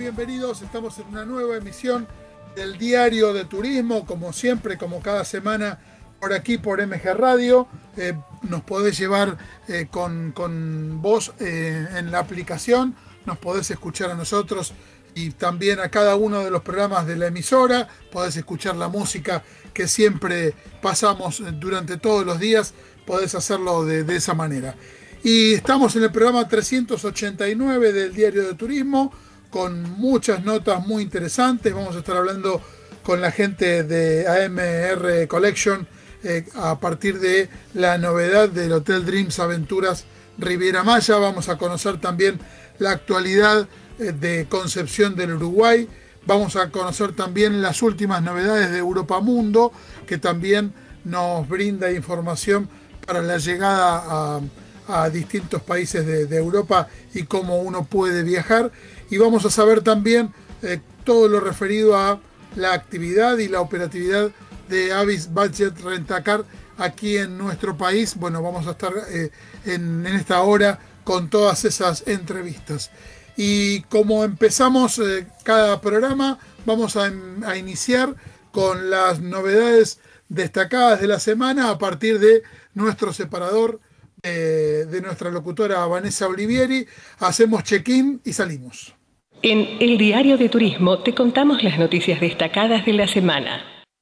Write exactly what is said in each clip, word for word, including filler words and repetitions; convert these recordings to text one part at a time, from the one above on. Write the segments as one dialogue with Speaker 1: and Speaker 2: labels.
Speaker 1: bienvenidos. Estamos en una nueva emisión del Diario de Turismo, como siempre, como cada semana, por aquí por M G Radio. Eh, nos podés llevar eh, con, con vos eh, en la aplicación, nos podés escuchar a nosotros y también a cada uno de los programas de la emisora. Podés escuchar la música que siempre pasamos durante todos los días, podés hacerlo de, de esa manera. Y estamos en el programa trescientos ochenta y nueve del Diario de Turismo, con muchas notas muy interesantes. Vamos a estar hablando con la gente de A M R Collection eh, a partir de la novedad del Hotel Dreams Aventuras Riviera Maya. Vamos a conocer también la actualidad eh, de Concepción del Uruguay. Vamos a conocer también las últimas novedades de Europa Mundo, que también nos brinda información para la llegada a, a distintos países de, de Europa y cómo uno puede viajar. Y vamos a saber también eh, todo lo referido a la actividad y la operatividad de Avis Budget Rentacar aquí en nuestro país. Bueno, vamos a estar eh, en, en esta hora con todas esas entrevistas. Y como empezamos eh, cada programa, vamos a, a iniciar con las novedades destacadas de la semana a partir de nuestro separador eh, de nuestra locutora Vanessa Olivieri. Hacemos check-in y salimos.
Speaker 2: En el Diario de Turismo te contamos las noticias destacadas de la semana.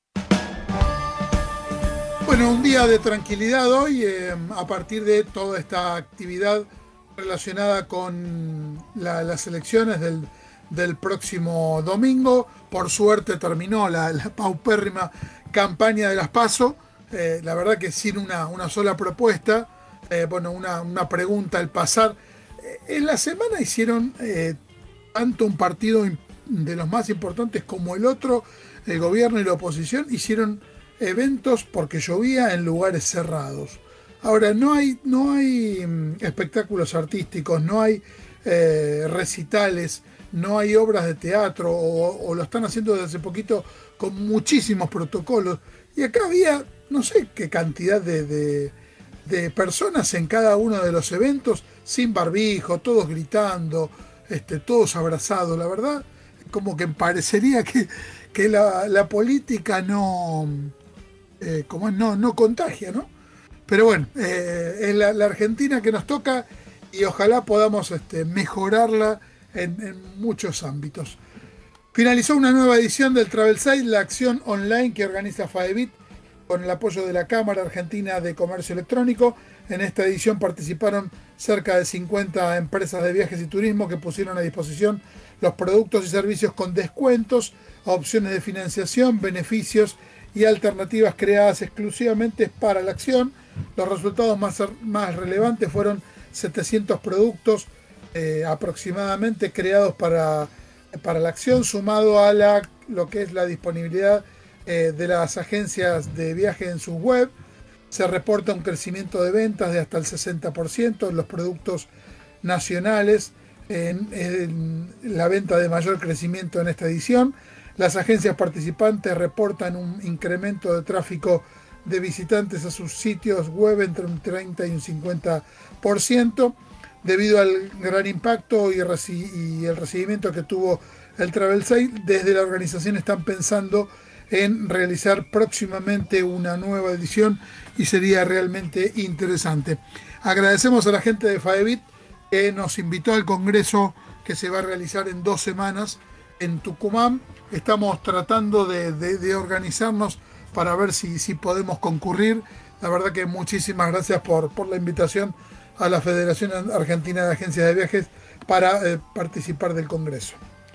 Speaker 1: Bueno, un día de tranquilidad hoy, eh, a partir de toda esta actividad relacionada con la, las elecciones del, del próximo domingo. Por suerte terminó la, la paupérrima campaña de las PASO. Eh, la verdad que sin una, una sola propuesta, eh, bueno, una, una pregunta al pasar. Eh, en la semana hicieron... Eh, tanto un partido de los más importantes como el otro, el gobierno y la oposición, hicieron eventos porque llovía en lugares cerrados. Ahora, no hay, no hay espectáculos artísticos, no hay eh, recitales, no hay obras de teatro, o, o lo están haciendo desde hace poquito con muchísimos protocolos. Y acá había, no sé qué cantidad de, de, de personas en cada uno de los eventos, sin barbijo, todos gritando, Este, todos abrazados. La verdad, como que parecería que, que la, la política no, eh, como es, no, no contagia, ¿no? Pero bueno, eh, es la, la Argentina que nos toca y ojalá podamos este, mejorarla en, en muchos ámbitos. Finalizó una nueva edición del Travel Site, la acción online que organiza FAEBIT con el apoyo de la Cámara Argentina de Comercio Electrónico. En esta edición participaron cerca de cincuenta empresas de viajes y turismo que pusieron a disposición los productos y servicios con descuentos, opciones de financiación, beneficios y alternativas creadas exclusivamente para la acción. Los resultados más, más relevantes fueron setecientos productos eh, aproximadamente creados para, para la acción, sumado a la, lo que es la disponibilidad eh, de las agencias de viaje en su web. Se reporta un crecimiento de ventas de hasta el sesenta por ciento en los productos nacionales, en, en la venta de mayor crecimiento en esta edición. Las agencias participantes reportan un incremento de tráfico de visitantes a sus sitios web entre un treinta y un cincuenta por ciento. Debido al gran impacto y, reci- y el recibimiento que tuvo el Travel Sale, desde la organización están pensando en realizar próximamente una nueva edición y sería realmente interesante. Agradecemos a la gente de FAEBIT que nos invitó al congreso que se va a realizar en dos semanas en Tucumán. Estamos tratando de, de, de organizarnos para ver si, si podemos concurrir. La verdad que muchísimas gracias por, por la invitación a la Federación Argentina de Agencias de Viajes para eh, participar del congreso.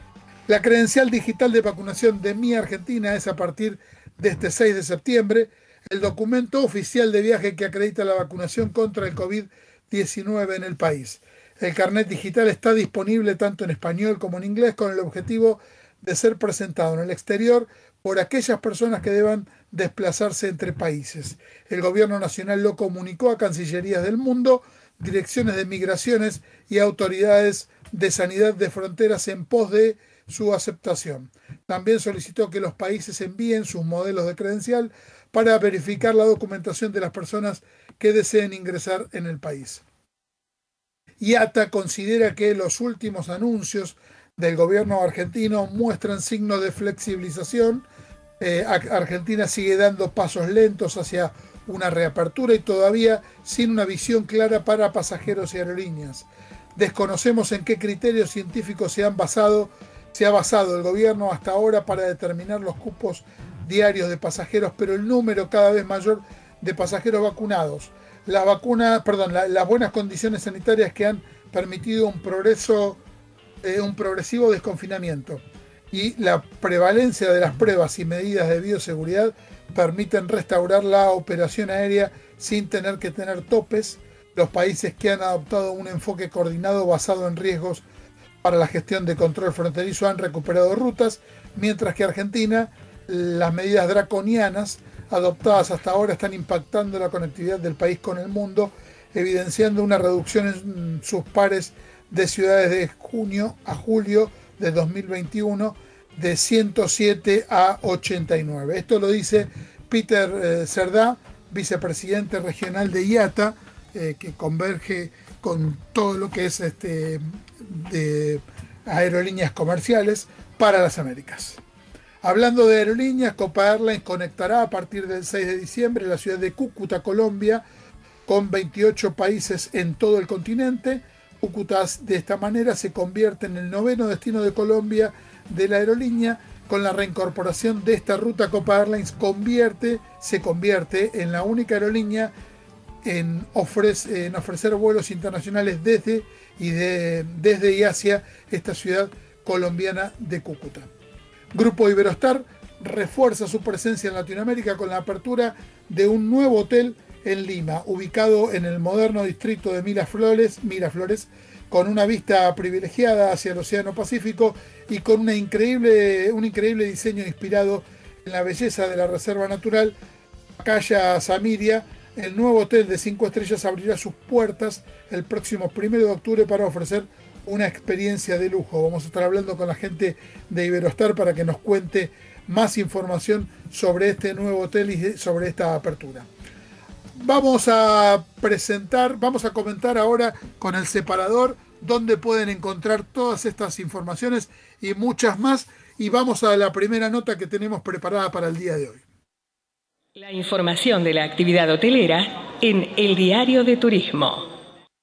Speaker 1: La credencial digital de vacunación de Mi Argentina es a partir de este seis de septiembre el documento oficial de viaje que acredita la vacunación contra el COVID diecinueve en el país. El carnet digital está disponible tanto en español como en inglés con el objetivo de ser presentado en el exterior por aquellas personas que deban desplazarse entre países. El gobierno nacional lo comunicó a cancillerías del mundo, direcciones de migraciones y autoridades de sanidad de fronteras en pos de su aceptación. También solicitó que los países envíen sus modelos de credencial para verificar la documentación de las personas que deseen ingresar en el país. I A T A considera que los últimos anuncios del gobierno argentino muestran signos de flexibilización. Eh, Argentina sigue dando pasos lentos hacia una reapertura y todavía sin una visión clara para pasajeros y aerolíneas. Desconocemos en qué criterios científicos se han basado, se ha basado el gobierno hasta ahora para determinar los cupos diarios de pasajeros, pero el número cada vez mayor de pasajeros vacunados, la vacuna, perdón, la, las buenas condiciones sanitarias que han permitido un progreso, eh, un progresivo desconfinamiento y la prevalencia de las pruebas y medidas de bioseguridad permiten restaurar la operación aérea sin tener que tener topes. Los países que han adoptado un enfoque coordinado basado en riesgos para la gestión de control fronterizo han recuperado rutas, mientras que Argentina, las medidas draconianas adoptadas hasta ahora están impactando la conectividad del país con el mundo, evidenciando una reducción en sus pares de ciudades de junio a julio de dos mil veintiuno de ciento siete a ochenta y nueve. Esto lo dice Peter eh, Cerdá, vicepresidente regional de I A T A, eh, que converge con todo lo que es este, de aerolíneas comerciales para las Américas. Hablando de aerolíneas, Copa Airlines conectará a partir del seis de diciembre la ciudad de Cúcuta, Colombia, con veintiocho países en todo el continente. Cúcuta de esta manera se convierte en el noveno destino de Colombia de la aerolínea. Con la reincorporación de esta ruta, Copa Airlines convierte, se convierte en la única aerolínea en, ofrece, en ofrecer vuelos internacionales desde y, de, desde y hacia esta ciudad colombiana de Cúcuta. Grupo Iberostar refuerza su presencia en Latinoamérica con la apertura de un nuevo hotel en Lima, ubicado en el moderno distrito de Miraflores, Miraflores, con una vista privilegiada hacia el Océano Pacífico y con una increíble, un increíble diseño inspirado en la belleza de la reserva natural Calla Samiria. El nuevo hotel de cinco estrellas abrirá sus puertas el próximo primero de octubre para ofrecer una experiencia de lujo. Vamos a estar hablando con la gente de Iberostar para que nos cuente más información sobre este nuevo hotel y sobre esta apertura. Vamos a presentar, vamos a comentar ahora con el separador donde pueden encontrar todas estas informaciones y muchas más. Y vamos a la primera nota que tenemos preparada para el día de hoy.
Speaker 2: La información de la actividad hotelera en El Diario de Turismo.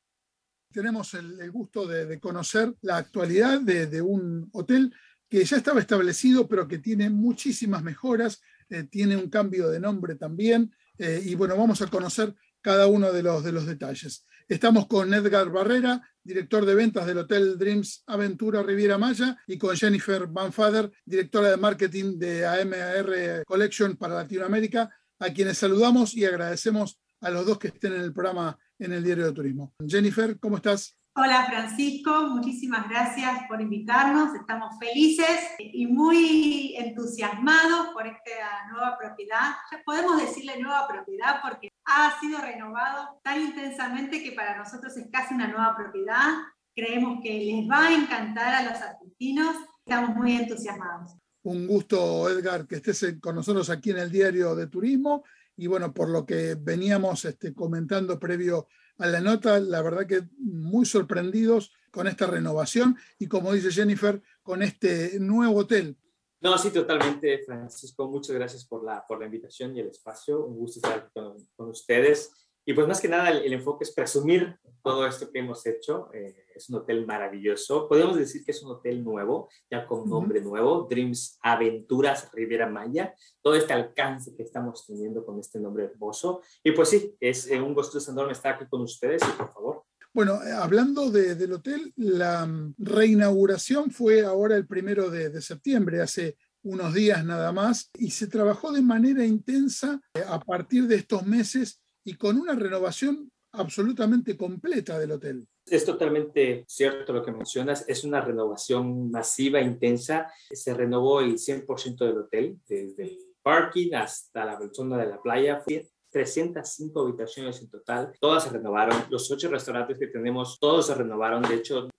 Speaker 1: Tenemos el, el gusto de, de conocer la actualidad de, de un hotel que ya estaba establecido, pero que tiene muchísimas mejoras, eh, tiene un cambio de nombre también, eh, y bueno, vamos a conocer cada uno de los, de los detalles. Estamos con Edgar Barrera, director de ventas del Hotel Dreams Aventura Riviera Maya, y con Jennifer Van Fader, directora de marketing de A M R Collection para Latinoamérica, a quienes saludamos y agradecemos a los dos que estén en el programa en el Diario de Turismo. Jennifer, ¿cómo estás?
Speaker 3: Hola Francisco, muchísimas gracias por invitarnos. Estamos felices y muy entusiasmados por esta nueva propiedad. Ya podemos decirle nueva propiedad porque ha sido renovado tan intensamente que para nosotros es casi una nueva propiedad. Creemos que les va a encantar a los argentinos. Estamos muy entusiasmados.
Speaker 1: Un gusto, Edgar, que estés con nosotros aquí en el Diario de Turismo. Y bueno, por lo que veníamos este, comentando previo a la nota, la verdad que muy sorprendidos con esta renovación y, como dice Jennifer, con este nuevo hotel.
Speaker 4: No, sí, totalmente, Francisco. Muchas gracias por la, por la invitación y el espacio. Un gusto estar con, con ustedes. Y pues más que nada el, el enfoque es presumir todo esto que hemos hecho. Eh, es un hotel maravilloso. Podemos decir que es un hotel nuevo, ya con nombre uh-huh. nuevo, Dreams Aventuras Riviera Maya. Todo este alcance que estamos teniendo con este nombre hermoso. Y pues sí, es eh, un gusto enorme estar aquí con ustedes y por favor.
Speaker 1: Bueno, hablando de, del hotel, la reinauguración fue ahora el primero de, de septiembre, hace unos días nada más, y se trabajó de manera intensa a partir de estos meses y con una renovación absolutamente completa del hotel.
Speaker 4: Es totalmente cierto lo que mencionas, es una renovación masiva, intensa. Se renovó el cien por ciento del hotel, desde el parking hasta la zona de la playa. Fue trescientas cinco habitaciones en total, todas se renovaron. Los ocho restaurantes que tenemos, todos se renovaron. De hecho,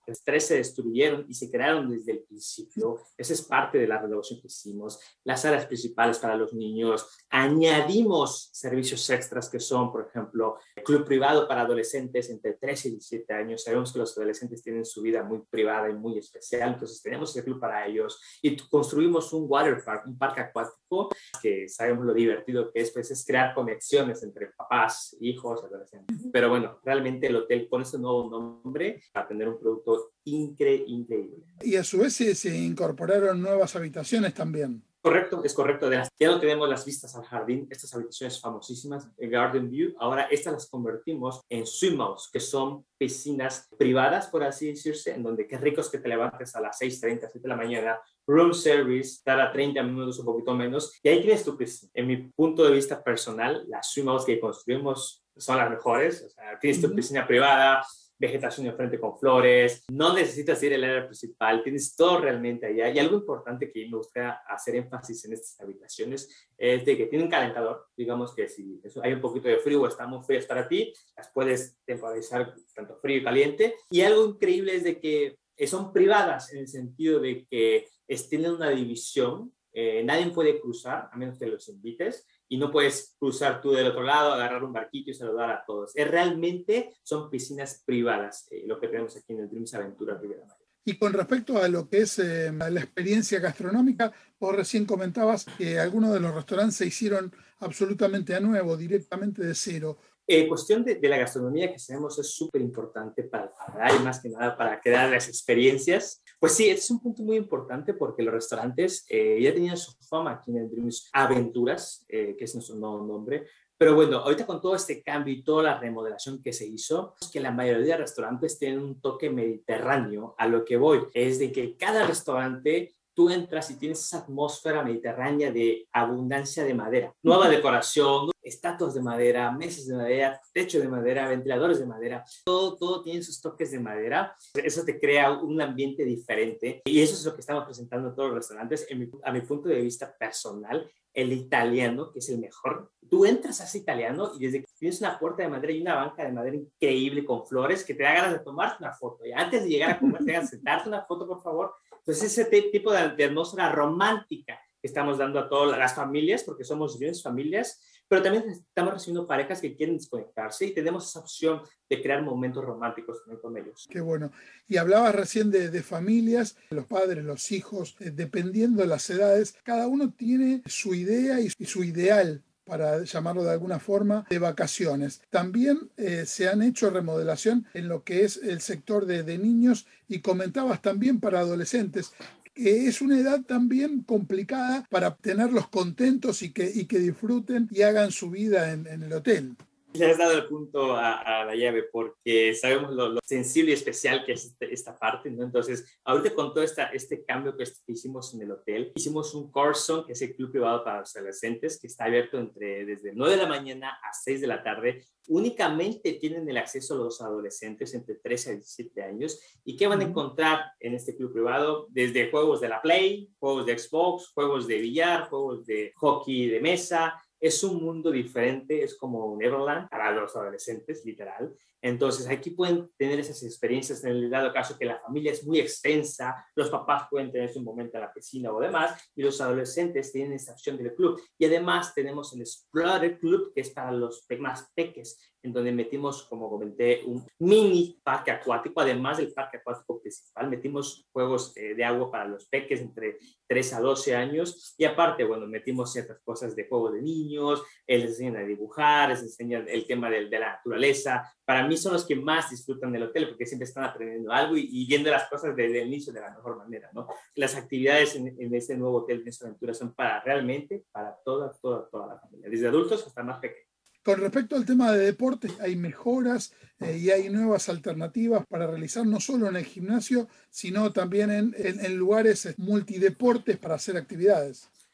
Speaker 4: Los tres se destruyeron y se crearon desde el principio. Esa es parte de la renovación que hicimos. Las áreas principales para los niños. Añadimos servicios extras que son, por ejemplo, club privado para adolescentes entre trece y diecisiete años. Sabemos que los adolescentes tienen su vida muy privada y muy especial, entonces tenemos ese club para ellos. Y construimos un water park, un parque acuático, que sabemos lo divertido que es, pues, es crear conexiones entre papás, hijos, adolescentes. Pero bueno, realmente el hotel con este nuevo nombre va a tener un producto incre increíble.
Speaker 1: Y a su vez se, se incorporaron nuevas habitaciones también.
Speaker 4: Correcto, es correcto. De las, ya no tenemos las vistas al jardín, estas habitaciones famosísimas, el Garden View, ahora estas las convertimos en swimhouse, que son piscinas privadas, por así decirse, en donde qué ricos que te levantes a las seis treinta, siete de la mañana, room service, cada treinta minutos, un poquito menos, y ahí tienes tu piscina. En mi punto de vista personal, las swimhouse que construimos son las mejores. O sea, tienes tu piscina privada, vegetación enfrente con flores, no necesitas ir al área principal, tienes todo realmente allá. Y algo importante que me gustaría hacer énfasis en estas habitaciones es de que tienen calentador. Digamos que si hay un poquito de frío o está muy frío para ti, las puedes temporizar tanto frío y caliente. Y algo increíble es de que son privadas en el sentido de que tienen una división. Eh, nadie puede cruzar a menos que los invites, y no puedes cruzar tú del otro lado, agarrar un barquito y saludar a todos. Es realmente son piscinas privadas, eh, lo que tenemos aquí en el Dreams Aventura Riviera Maya.
Speaker 1: Y con respecto a lo que es eh, la experiencia gastronómica, vos recién comentabas que algunos de los restaurantes se hicieron absolutamente a nuevo, directamente de cero.
Speaker 4: Eh, cuestión de, de la gastronomía que sabemos es súper importante para el paladar y más que nada para crear las experiencias. Pues sí, este es un punto muy importante porque los restaurantes eh, ya tenían su fama aquí en el Dreams Aventuras, eh, que es nuestro nuevo nombre. Pero bueno, ahorita con todo este cambio y toda la remodelación que se hizo, es que la mayoría de restaurantes tienen un toque mediterráneo. A lo que voy es de que cada restaurante tú entras y tienes esa atmósfera mediterránea de abundancia de madera, nueva decoración, estatuas de madera, mesas de madera, techo de madera, ventiladores de madera, todo, todo tiene sus toques de madera. Eso te crea un ambiente diferente y eso es lo que estamos presentando en todos los restaurantes. En mi, a mi punto de vista personal, el italiano, que es el mejor, tú entras a ese italiano y desde que tienes una puerta de madera y una banca de madera increíble con flores que te da ganas de tomarte una foto y antes de llegar a comer te ganas de sentarte una foto, por favor. Entonces ese tipo de, de atmósfera romántica que estamos dando a todas las familias, porque somos millones de familias, pero también estamos recibiendo parejas que quieren desconectarse y tenemos esa opción de crear momentos románticos también con ellos.
Speaker 1: Qué bueno. Y hablabas recién de, de familias, los padres, los hijos, eh, dependiendo de las edades, cada uno tiene su idea y, y su ideal, para llamarlo de alguna forma, de vacaciones. También eh, se han hecho remodelación en lo que es el sector de, de niños y comentabas también para adolescentes. Que es una edad también complicada para tenerlos contentos y que, y que disfruten y hagan su vida en, en el hotel.
Speaker 4: Le has dado el punto a, a la llave porque sabemos lo, lo sensible y especial que es este, esta parte, ¿no? Entonces, ahorita con todo esta, este cambio que hicimos en el hotel, hicimos un Corson, que es el club privado para los adolescentes, que está abierto entre, desde nueve de la mañana a seis de la tarde. Únicamente tienen el acceso a los adolescentes entre trece a diecisiete años. ¿Y qué van a encontrar en este club privado? Desde juegos de la Play, juegos de Xbox, juegos de billar, juegos de hockey de mesa. Es un mundo diferente, es como Neverland para los adolescentes, literal. Entonces, aquí pueden tener esas experiencias en el dado caso que la familia es muy extensa, los papás pueden tener un momento a la piscina o demás, y los adolescentes tienen esta opción del club. Y además tenemos el Explorer Club, que es para los más peques, en donde metimos, como comenté, un mini parque acuático, además del parque acuático principal, metimos juegos eh, de agua para los peques entre tres a doce años, y aparte, bueno, metimos ciertas cosas de juego de niños, eh, les enseñan a dibujar, les enseñan el tema de, de la naturaleza. Para mí son los que más disfrutan del hotel, porque siempre están aprendiendo algo y, y viendo las cosas desde el inicio de la mejor manera, ¿no? Las actividades en, en este nuevo hotel de esta aventura son para realmente, para toda, toda, toda la familia, desde adultos hasta más pequeños.
Speaker 1: Con respecto al tema de deportes, hay mejoras eh, y hay nuevas alternativas para realizar no solo en el gimnasio, sino también en, en, en lugares multideportes para hacer actividades.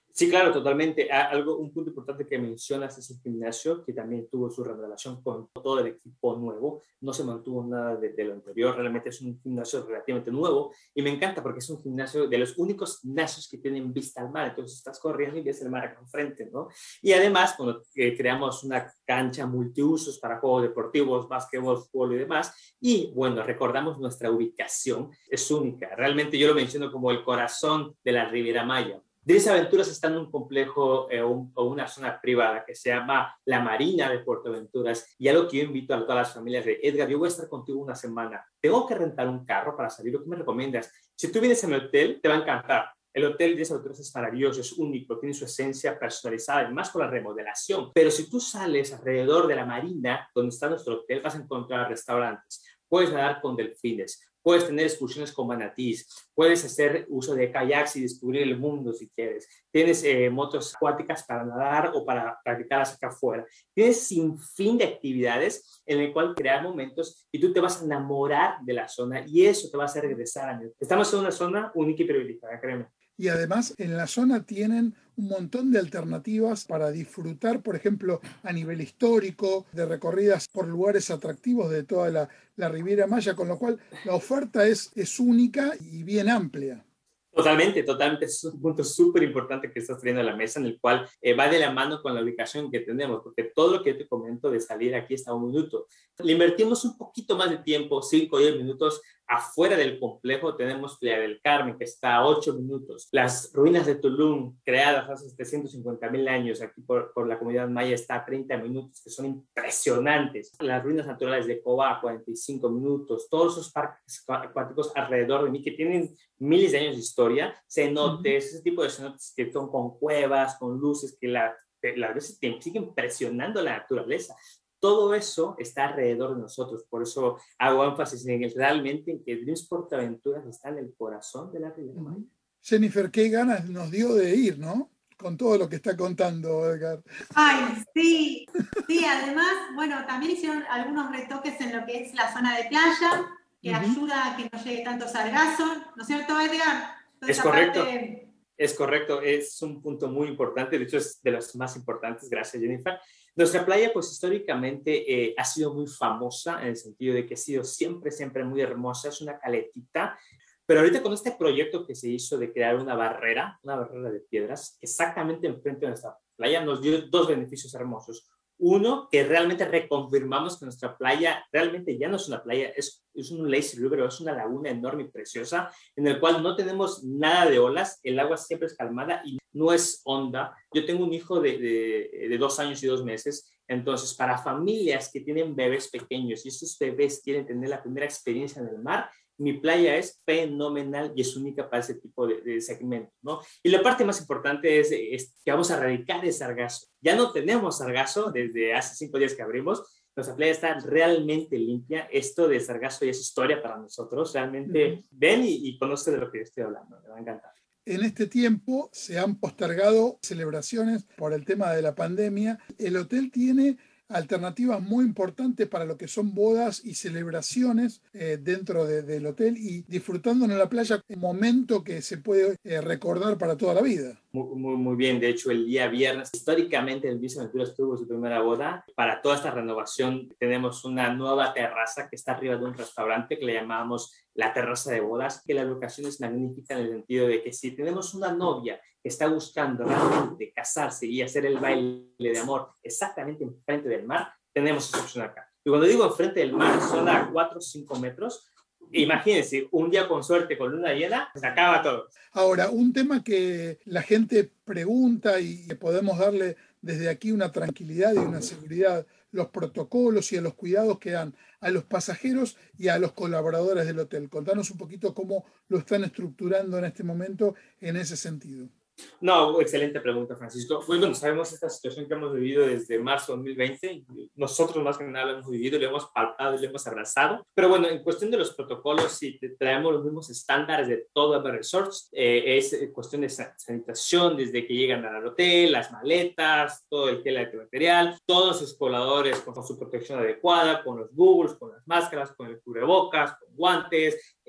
Speaker 4: Sí, claro, totalmente. Algo, un punto importante que mencionas es el gimnasio, que también tuvo su remodelación con todo el equipo nuevo. No se mantuvo nada de, de lo anterior. Realmente es un gimnasio relativamente nuevo y me encanta porque es un gimnasio de los únicos gimnasios que tienen vista al mar. Entonces estás corriendo y ves el mar acá enfrente, ¿no? Y además, cuando eh, creamos una cancha multiusos para juegos deportivos, básquetbol, fútbol y demás. Y bueno, recordamos nuestra ubicación. Es única. Realmente yo lo menciono como el corazón de la Riviera Maya. Drizzt Aventuras está en un complejo eh, un, o una zona privada que se llama la Marina de Puerto Aventuras, y algo que yo invito a todas las familias de Edgar, yo voy a estar contigo una semana, tengo que rentar un carro para salir, ¿lo que me recomiendas? Si tú vienes a mi hotel, te va a encantar. El hotel Drizzt Aventuras es maravilloso, es único, tiene su esencia personalizada, además con la remodelación. Pero si tú sales alrededor de la marina, donde está nuestro hotel, vas a encontrar restaurantes, puedes nadar con delfines, puedes tener excursiones con manatís, puedes hacer uso de kayaks y descubrir el mundo si quieres. Tienes eh, motos acuáticas para nadar o para practicarlas acá afuera. Tienes sin fin de actividades en el cual crear momentos y tú te vas a enamorar de la zona y eso te va a hacer regresar a mí. Estamos en una zona única y privilegiada, créeme.
Speaker 1: Y además en la zona tienen un montón de alternativas para disfrutar, por ejemplo, a nivel histórico, de recorridas por lugares atractivos de toda la, la Riviera Maya, con lo cual la oferta es, es única y bien amplia.
Speaker 4: Totalmente, totalmente. Es un punto súper importante que estás trayendo a la mesa, en el cual eh, va de la mano con la ubicación que tenemos, porque todo lo que yo te comento de salir aquí está a un minuto. Le invertimos un poquito más de tiempo, cinco o diez minutos afuera del complejo. Tenemos Playa del Carmen, que está a ocho minutos. Las ruinas de Tulum, creadas hace trescientos cincuenta mil años aquí por, por la comunidad maya, está a treinta minutos, que son impresionantes. Las ruinas naturales de Cobá, cuarenta y cinco minutos. Todos esos parques acuáticos alrededor de mí, que tienen miles de años de historia, cenotes, uh-huh. ese tipo de cenotes que son con cuevas, con luces, que la, la veces te sigue impresionando la naturaleza. Todo eso está alrededor de nosotros, por eso hago énfasis en el, realmente en que Dreams PortAventuras está en el corazón de la Riviera Maya.
Speaker 1: Jennifer, qué ganas nos dio de ir, ¿no? Con todo lo que está contando Edgar.
Speaker 3: Ay, sí, sí, además, bueno, también hicieron algunos retoques en lo que es la zona de playa, que uh-huh. ayuda a que no llegue tanto sargazo, ¿no es cierto, Edgar?
Speaker 4: Entonces, es correcto. Parte... Es correcto, es un punto muy importante, de hecho es de los más importantes, gracias Jennifer. Nuestra playa, pues históricamente eh, ha sido muy famosa en el sentido de que ha sido siempre, siempre muy hermosa, es una caletita, pero ahorita con este proyecto que se hizo de crear una barrera, una barrera de piedras, exactamente enfrente de nuestra playa, nos dio dos beneficios hermosos. Uno, que realmente reconfirmamos que nuestra playa realmente ya no es una playa, es, es un lazy river, es una laguna enorme y preciosa, en el cual no tenemos nada de olas, el agua siempre es calmada y no es honda. Yo tengo un hijo de, de, de dos años y dos meses, entonces para familias que tienen bebés pequeños y estos bebés quieren tener la primera experiencia en el mar, mi playa es fenomenal y es única para ese tipo de, de segmento, ¿no? Y la parte más importante es, es que vamos a erradicar el sargazo. Ya no tenemos sargazo desde hace cinco días que abrimos. Nuestra playa está realmente limpia. Esto de sargazo ya es historia para nosotros. Realmente uh-huh. ven y, y conocen de lo que yo estoy hablando. Me va a encantar.
Speaker 1: En este tiempo se han postergado celebraciones por el tema de la pandemia. El hotel tiene alternativas muy importantes para lo que son bodas y celebraciones eh, dentro de, del hotel y disfrutando en la playa un momento que se puede eh, recordar para toda la vida.
Speaker 4: Muy, muy, muy bien, de hecho el día viernes, históricamente el Drizzt Aventuras tuvo su primera boda. Para toda esta renovación tenemos una nueva terraza que está arriba de un restaurante que le llamamos la terraza de bodas, que la locación es magnífica en el sentido de que si tenemos una novia que está buscando realmente casarse y hacer el baile de amor exactamente enfrente del mar, tenemos esa opción acá. Y cuando digo enfrente del mar, son a cuatro o cinco metros. Imagínense, un día con suerte con luna llena, se acaba todo.
Speaker 1: Ahora, un tema que la gente pregunta y podemos darle desde aquí una tranquilidad y una seguridad, los protocolos y a los cuidados que dan a los pasajeros y a los colaboradores del hotel. Contanos un poquito cómo lo están estructurando en este momento en ese sentido.
Speaker 4: No, excelente pregunta, Francisco. Pues bueno, sabemos esta situación que hemos vivido desde marzo de dos mil veinte. Nosotros más que nada lo hemos vivido, lo hemos palpado y lo hemos abrazado. Pero bueno, en cuestión de los protocolos, si traemos los mismos estándares de todo Ever Resorts, eh, es cuestión de sanitación desde que llegan al hotel, las maletas, todo el gel antibacterial, todos los pobladores con su protección adecuada, con los googles, con las máscaras, con el cubrebocas, con guantes,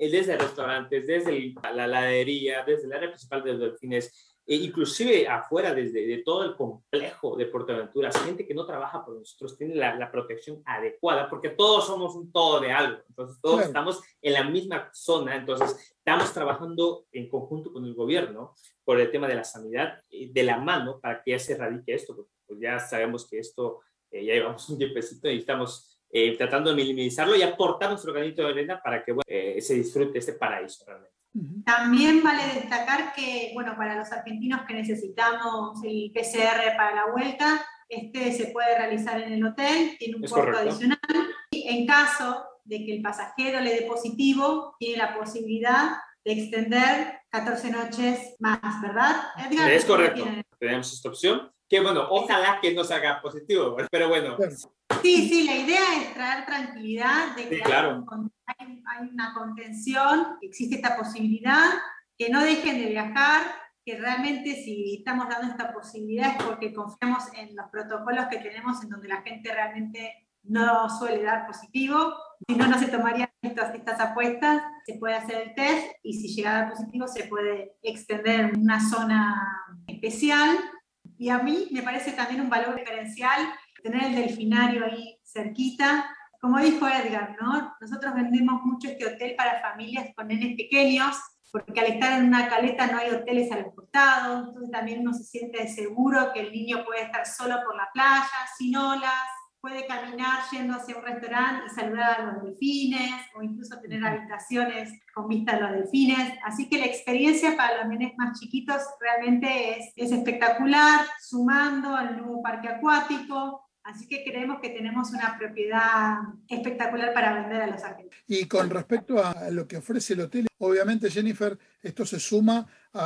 Speaker 4: desde restaurantes, desde el, la heladería, desde el área principal de los Delfines, e inclusive afuera, desde de todo el complejo de Portaventura, gente que no trabaja por nosotros tiene la, la protección adecuada, porque todos somos un todo de algo, entonces todos claro. estamos en la misma zona, entonces estamos trabajando en conjunto con el gobierno por el tema de la sanidad, de la mano, para que ya se erradique esto, porque pues ya sabemos que esto, eh, ya llevamos un tiempecito y estamos eh, tratando de minimizarlo y aportar nuestro granito de arena para que bueno, eh, se disfrute este paraíso realmente.
Speaker 3: También vale destacar que, bueno, para los argentinos que necesitamos el P C R para la vuelta, este se puede realizar en el hotel, tiene un costo adicional. Y en caso de que el pasajero le dé positivo, tiene la posibilidad de extender catorce noches más, ¿verdad, Edgar?
Speaker 4: Es correcto, tenemos esta opción, que bueno, ojalá que no salga positivo, pero bueno.
Speaker 3: Sí, sí, la idea es traer tranquilidad de que
Speaker 4: sí, claro.
Speaker 3: hay, hay una contención, que existe esta posibilidad, que no dejen de viajar, que realmente si estamos dando esta posibilidad es porque confiamos en los protocolos que tenemos en donde la gente realmente no suele dar positivo, si no, no se tomarían estas, estas apuestas, se puede hacer el test y si llega a dar positivo se puede extender en una zona especial. Y a mí me parece también un valor diferencial tener el delfinario ahí cerquita. Como dijo Edgar, ¿no? Nosotros vendemos mucho este hotel para familias con nenes pequeños, porque al estar en una caleta no hay hoteles a los costados, entonces también uno se siente seguro que el niño puede estar solo por la playa, sin olas, puede caminar yendo hacia un restaurante y saludar a los delfines, o incluso tener habitaciones con vista a los delfines. Así que la experiencia para los nenes más chiquitos realmente es, es espectacular, sumando al nuevo parque acuático. Así que creemos que tenemos una propiedad espectacular para vender a los argentinos.
Speaker 1: Y con respecto a lo que ofrece el hotel, obviamente, Jennifer, esto se suma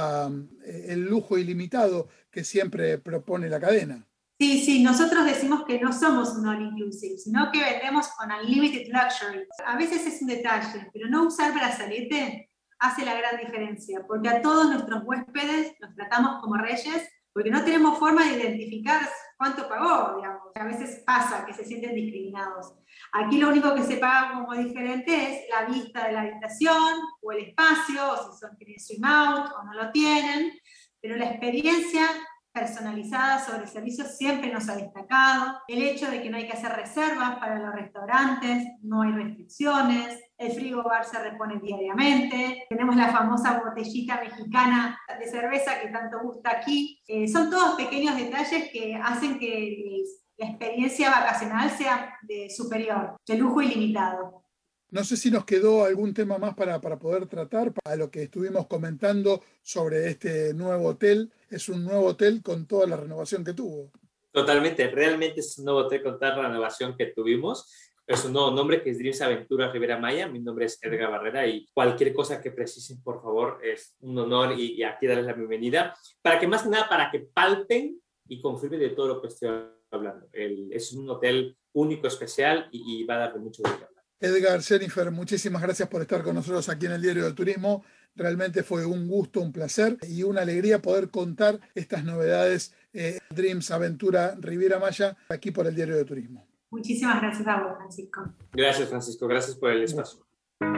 Speaker 1: al lujo ilimitado que siempre propone la cadena.
Speaker 3: Sí, sí, nosotros decimos que no somos un all-inclusive, sino que vendemos con Unlimited Luxury. A veces es un detalle, pero no usar brazalete hace la gran diferencia, porque a todos nuestros huéspedes los tratamos como reyes, porque no tenemos forma de identificar cuánto pagó, digamos. A veces pasa que se sienten discriminados. Aquí lo único que se paga como diferente es la vista de la habitación, o el espacio, o si son tienen swim out, o no lo tienen, pero la experiencia personalizada sobre el servicio siempre nos ha destacado. El hecho de que no hay que hacer reservas para los restaurantes, no hay restricciones, el frigobar se repone diariamente, tenemos la famosa botellita mexicana de cerveza que tanto gusta aquí. Eh, son todos pequeños detalles que hacen que la experiencia vacacional sea de superior, de lujo ilimitado.
Speaker 1: No sé si nos quedó algún tema más para, para poder tratar, para lo que estuvimos comentando sobre este nuevo hotel. Es un nuevo hotel con toda la renovación que tuvo.
Speaker 4: Totalmente, realmente es un nuevo hotel con toda la renovación que tuvimos. Es un nuevo nombre que es Dreams Aventura Riviera Maya. Mi nombre es Edgar Barrera y cualquier cosa que precisen, por favor, es un honor y, y aquí darles la bienvenida. Para que más que nada, para que palpen y confirmen de todo lo que estoy hablando. El, es un hotel único, especial y, y va a darle mucho de hablar.
Speaker 1: Edgar, Jennifer, muchísimas gracias por estar con nosotros aquí en el Diario del Turismo. Realmente fue un gusto, un placer y una alegría poder contar estas novedades eh, Dreams Aventura Riviera Maya aquí por el Diario del Turismo.
Speaker 3: Muchísimas gracias a vos, Francisco.
Speaker 4: Gracias, Francisco. Gracias por el espacio.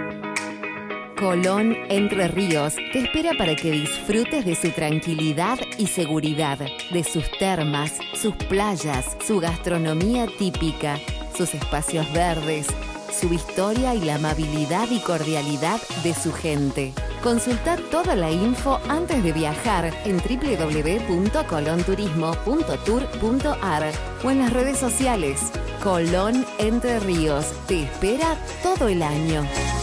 Speaker 5: Colón Entre Ríos te espera para que disfrutes de su tranquilidad y seguridad, de sus termas, sus playas, su gastronomía típica, sus espacios verdes, su historia y la amabilidad y cordialidad de su gente. Consulta toda la info antes de viajar en doble u doble u doble u punto colón turismo punto tour punto a r o en las redes sociales. Colón Entre Ríos te espera todo el año.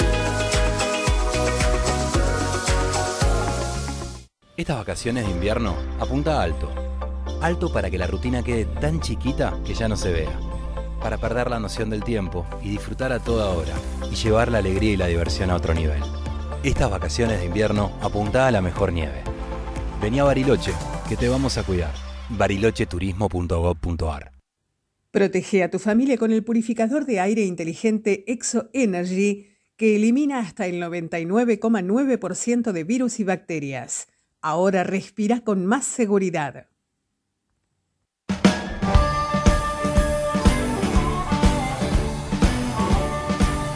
Speaker 6: Estas vacaciones de invierno apunta alto. Alto para que la rutina quede tan chiquita que ya no se vea. Para perder la noción del tiempo y disfrutar a toda hora y llevar la alegría y la diversión a otro nivel. Estas vacaciones de invierno apuntá a la mejor nieve. Vení a Bariloche, que te vamos a cuidar. bariloche turismo punto gob punto a r.
Speaker 2: Protege a tu familia con el purificador de aire inteligente Exo Energy, que elimina hasta el noventa y nueve coma nueve por ciento de virus y bacterias. Ahora respira con más seguridad.
Speaker 1: Una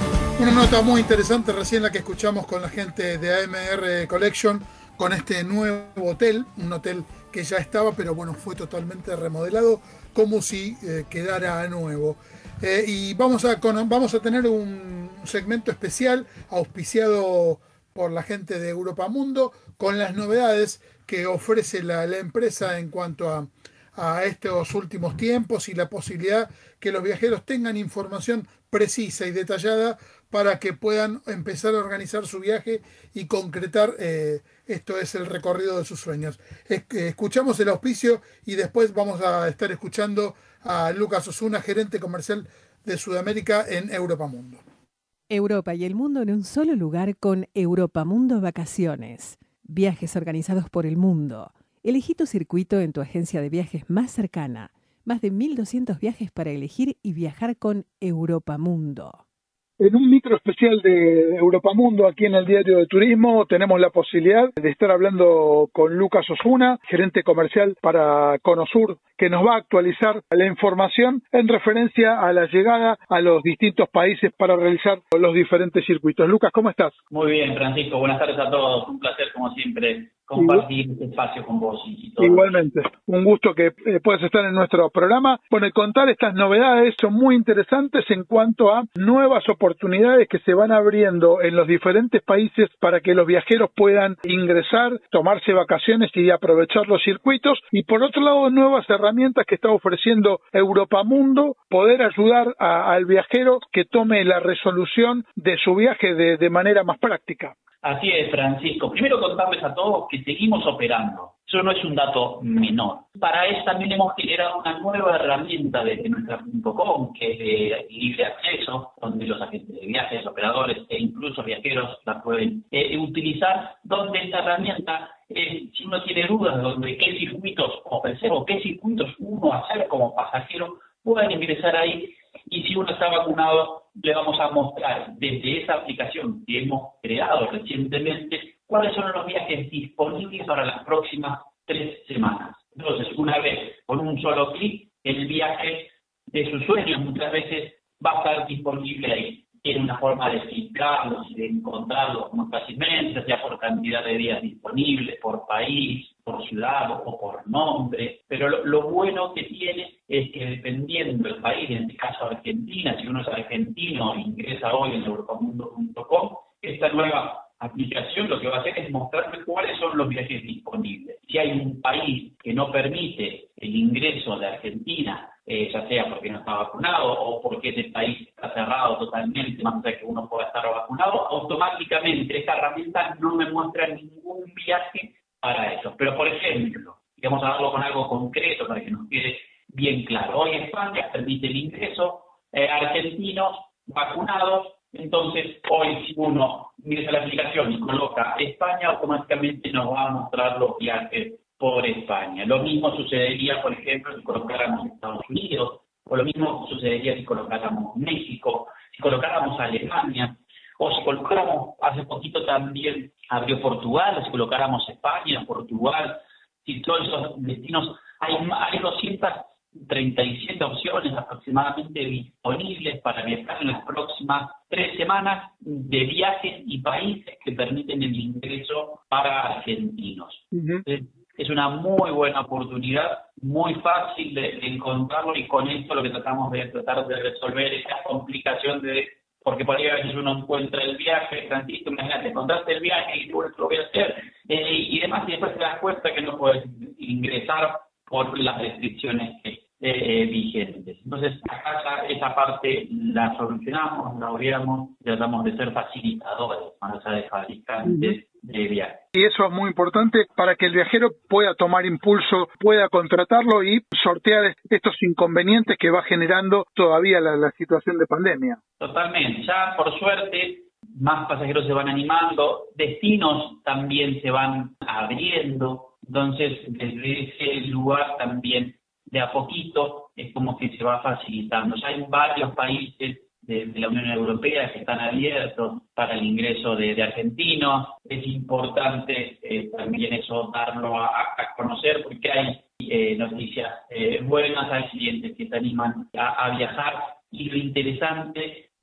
Speaker 1: Una nota muy interesante recién la que escuchamos con la gente de A M R Collection, con este nuevo hotel, un hotel que ya estaba, pero bueno, fue totalmente remodelado, como si eh, quedara nuevo. Eh, y vamos a, con, vamos a tener un segmento especial auspiciado por la gente de Europa Mundo, con las novedades que ofrece la, la empresa en cuanto a, a estos últimos tiempos y la posibilidad que los viajeros tengan información precisa y detallada para que puedan empezar a organizar su viaje y concretar eh, esto es el recorrido de sus sueños. Es, eh, escuchamos el auspicio y después vamos a estar escuchando a Lucas Osuna, gerente comercial de Sudamérica en Europa Mundo.
Speaker 2: Europa y el mundo en un solo lugar con Europa Mundo Vacaciones. Viajes organizados por el mundo. Elegí tu circuito en tu agencia de viajes más cercana. Más de mil doscientos viajes para elegir y viajar con Europa Mundo.
Speaker 1: En un micro especial de Europa Mundo, aquí en el Diario de Turismo, tenemos la posibilidad de estar hablando con Lucas Osuna, gerente comercial para Conosur, que nos va a actualizar la información en referencia a la llegada a los distintos países para realizar los diferentes circuitos. Lucas, ¿cómo estás?
Speaker 7: Muy bien, Francisco. Buenas tardes a todos. Un placer, como siempre, compartir este espacio con vos y todo.
Speaker 1: Igualmente, un gusto que eh, puedas estar en nuestro programa. Bueno, y contar estas novedades son muy interesantes en cuanto a nuevas oportunidades que se van abriendo en los diferentes países para que los viajeros puedan ingresar, tomarse vacaciones y aprovechar los circuitos. Y por otro lado, nuevas herramientas que está ofreciendo Europa Mundo, poder ayudar a, al viajero que tome la resolución de su viaje de, de manera más práctica.
Speaker 7: Así es, Francisco. Primero contarles a todos que seguimos operando. Eso no es un dato menor. Para eso también hemos generado una nueva herramienta desde nuestra punto com, que es de libre acceso, donde los agentes de viajes, operadores e incluso viajeros la pueden eh, utilizar, donde esta herramienta, eh, si uno tiene dudas de qué circuitos ofrecer o qué circuitos uno hacer como pasajero, pueden ingresar ahí. Y si uno está vacunado, le vamos a mostrar desde esa aplicación que hemos creado recientemente cuáles son los viajes disponibles para las próximas tres semanas. Entonces, una vez, con un solo clic, el viaje de sus sueños muchas veces va a estar disponible ahí. Tiene una forma de filtrarlos y de encontrarlos muy fácilmente, sea por cantidad de días disponibles, por país, por ciudad o por nombre. Pero lo, lo bueno que tiene es que dependiendo del país, en este caso Argentina, si uno es argentino e ingresa hoy en europamundo punto com, esta nueva aplicación lo que va a hacer es mostrarle cuáles son los viajes disponibles. Si hay un país que no permite el ingreso de Argentina, eh, ya sea porque no está vacunado o porque ese país está cerrado totalmente, más allá que uno pueda estar vacunado, automáticamente esta herramienta no me muestra ningún viaje para eso. Pero, por ejemplo, vamos a darlo con algo concreto para que nos quede bien claro. Hoy España permite el ingreso eh, a argentinos vacunados. Entonces, hoy si uno ingresa a la aplicación y coloca España, automáticamente nos va a mostrar los viajes por España. Lo mismo sucedería, por ejemplo, si colocáramos Estados Unidos, o lo mismo sucedería si colocáramos México, si colocáramos Alemania, o si colocáramos, hace poquito también abrió Portugal, si colocáramos España, Portugal, si todos esos destinos, hay, hay doscientas treinta y siete opciones aproximadamente disponibles para viajar en las próximas tres semanas de viajes y países que permiten el ingreso para argentinos. Uh-huh. Entonces, es una muy buena oportunidad, muy fácil de, de encontrarlo, y con esto lo que tratamos de tratar de resolver es la complicación de, porque por ahí a veces uno encuentra el viaje, Francisco, imagínate, encontraste el viaje y tú lo voy a hacer, eh, y demás, y después te das cuenta que no puedes ingresar por las restricciones que, eh, vigentes. Entonces, acá esa parte la solucionamos, la abriamos, tratamos de ser facilitadores, más allá de fabricantes de viajes.
Speaker 1: Y eso es muy importante para que el viajero pueda tomar impulso, pueda contratarlo y sortear estos inconvenientes que va generando todavía la, la situación de pandemia.
Speaker 7: Totalmente. Ya, por suerte, más pasajeros se van animando, destinos también se van abriendo. Entonces, desde ese lugar también, de a poquito, es como que se va facilitando. Ya hay varios países de, de la Unión Europea que están abiertos para el ingreso de, de argentinos. Es importante eh, también eso darlo a, a conocer, porque hay eh, noticias eh, buenas, hay clientes que se animan a, a viajar. Y lo interesante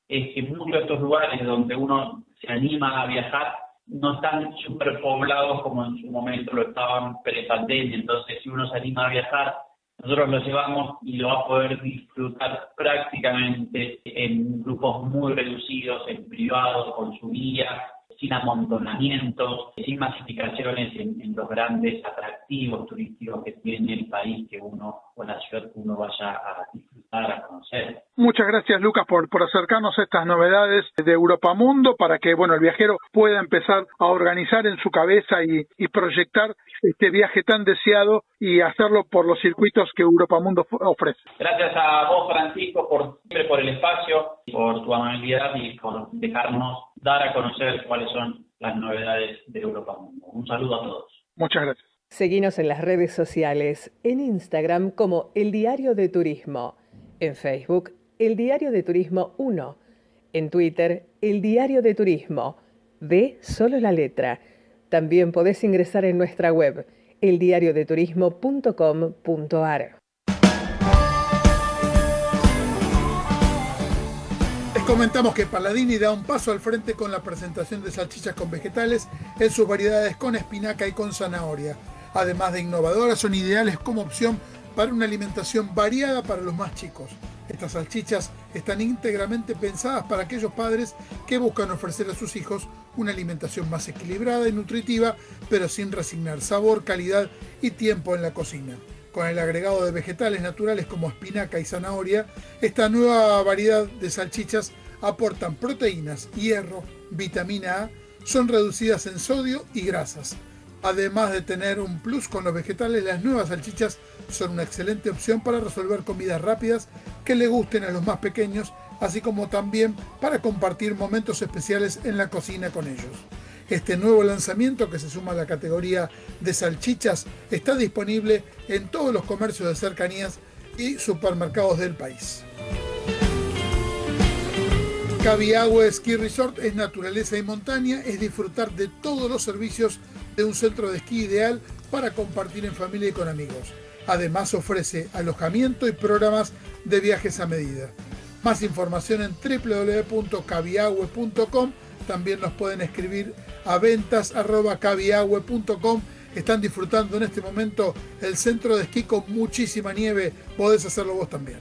Speaker 7: es que muchos de estos lugares donde uno se anima a viajar no están superpoblados como en su momento lo estaban pre-pandemia. Entonces, si uno se anima a viajar, nosotros lo llevamos y lo va a poder disfrutar prácticamente en grupos muy reducidos, en privado, con su guía, sin amontonamientos, sin masificaciones en, en los grandes atractivos turísticos que tiene el país que uno o la ciudad que uno vaya a disfrutar, a conocer.
Speaker 1: Muchas gracias, Lucas, por, por acercarnos a estas novedades de Europa Mundo para que bueno el viajero pueda empezar a organizar en su cabeza y, y proyectar este viaje tan deseado y hacerlo por los circuitos que Europa Mundo ofrece.
Speaker 7: Gracias a vos, Francisco, por siempre por el espacio, por tu amabilidad y por dejarnos dar a conocer cuáles son las novedades de Europa Mundo. Un saludo a todos.
Speaker 1: Muchas gracias.
Speaker 2: Seguinos en las redes sociales, en Instagram como El Diario de Turismo, en Facebook El Diario de Turismo uno, en Twitter El Diario de Turismo, de solo la letra. También podés ingresar en nuestra web el diario de turismo punto com punto a r.
Speaker 1: Les comentamos que Palladini da un paso al frente con la presentación de salchichas con vegetales en sus variedades con espinaca y con zanahoria. Además de innovadoras, son ideales como opción para una alimentación variada para los más chicos. Estas salchichas están íntegramente pensadas para aquellos padres que buscan ofrecer a sus hijos una alimentación más equilibrada y nutritiva, pero sin resignar sabor, calidad y tiempo en la cocina. Con el agregado de vegetales naturales como espinaca y zanahoria, esta nueva variedad de salchichas aportan proteínas, hierro, vitamina A, son reducidas en sodio y grasas. Además de tener un plus con los vegetales, las nuevas salchichas son una excelente opción para resolver comidas rápidas que le gusten a los más pequeños, así como también para compartir momentos especiales en la cocina con ellos. Este nuevo lanzamiento, que se suma a la categoría de salchichas, está disponible en todos los comercios de cercanías y supermercados del país. Cabiagüe Ski Resort es naturaleza y montaña, es disfrutar de todos los servicios de un centro de esquí ideal para compartir en familia y con amigos. Además ofrece alojamiento y programas de viajes a medida. Más información en doble u doble u doble u punto cabiagüe punto com. También nos pueden escribir a ventas arroba cabiagüe punto com. Están disfrutando en este momento el centro de esquí con muchísima nieve. Podés hacerlo vos también.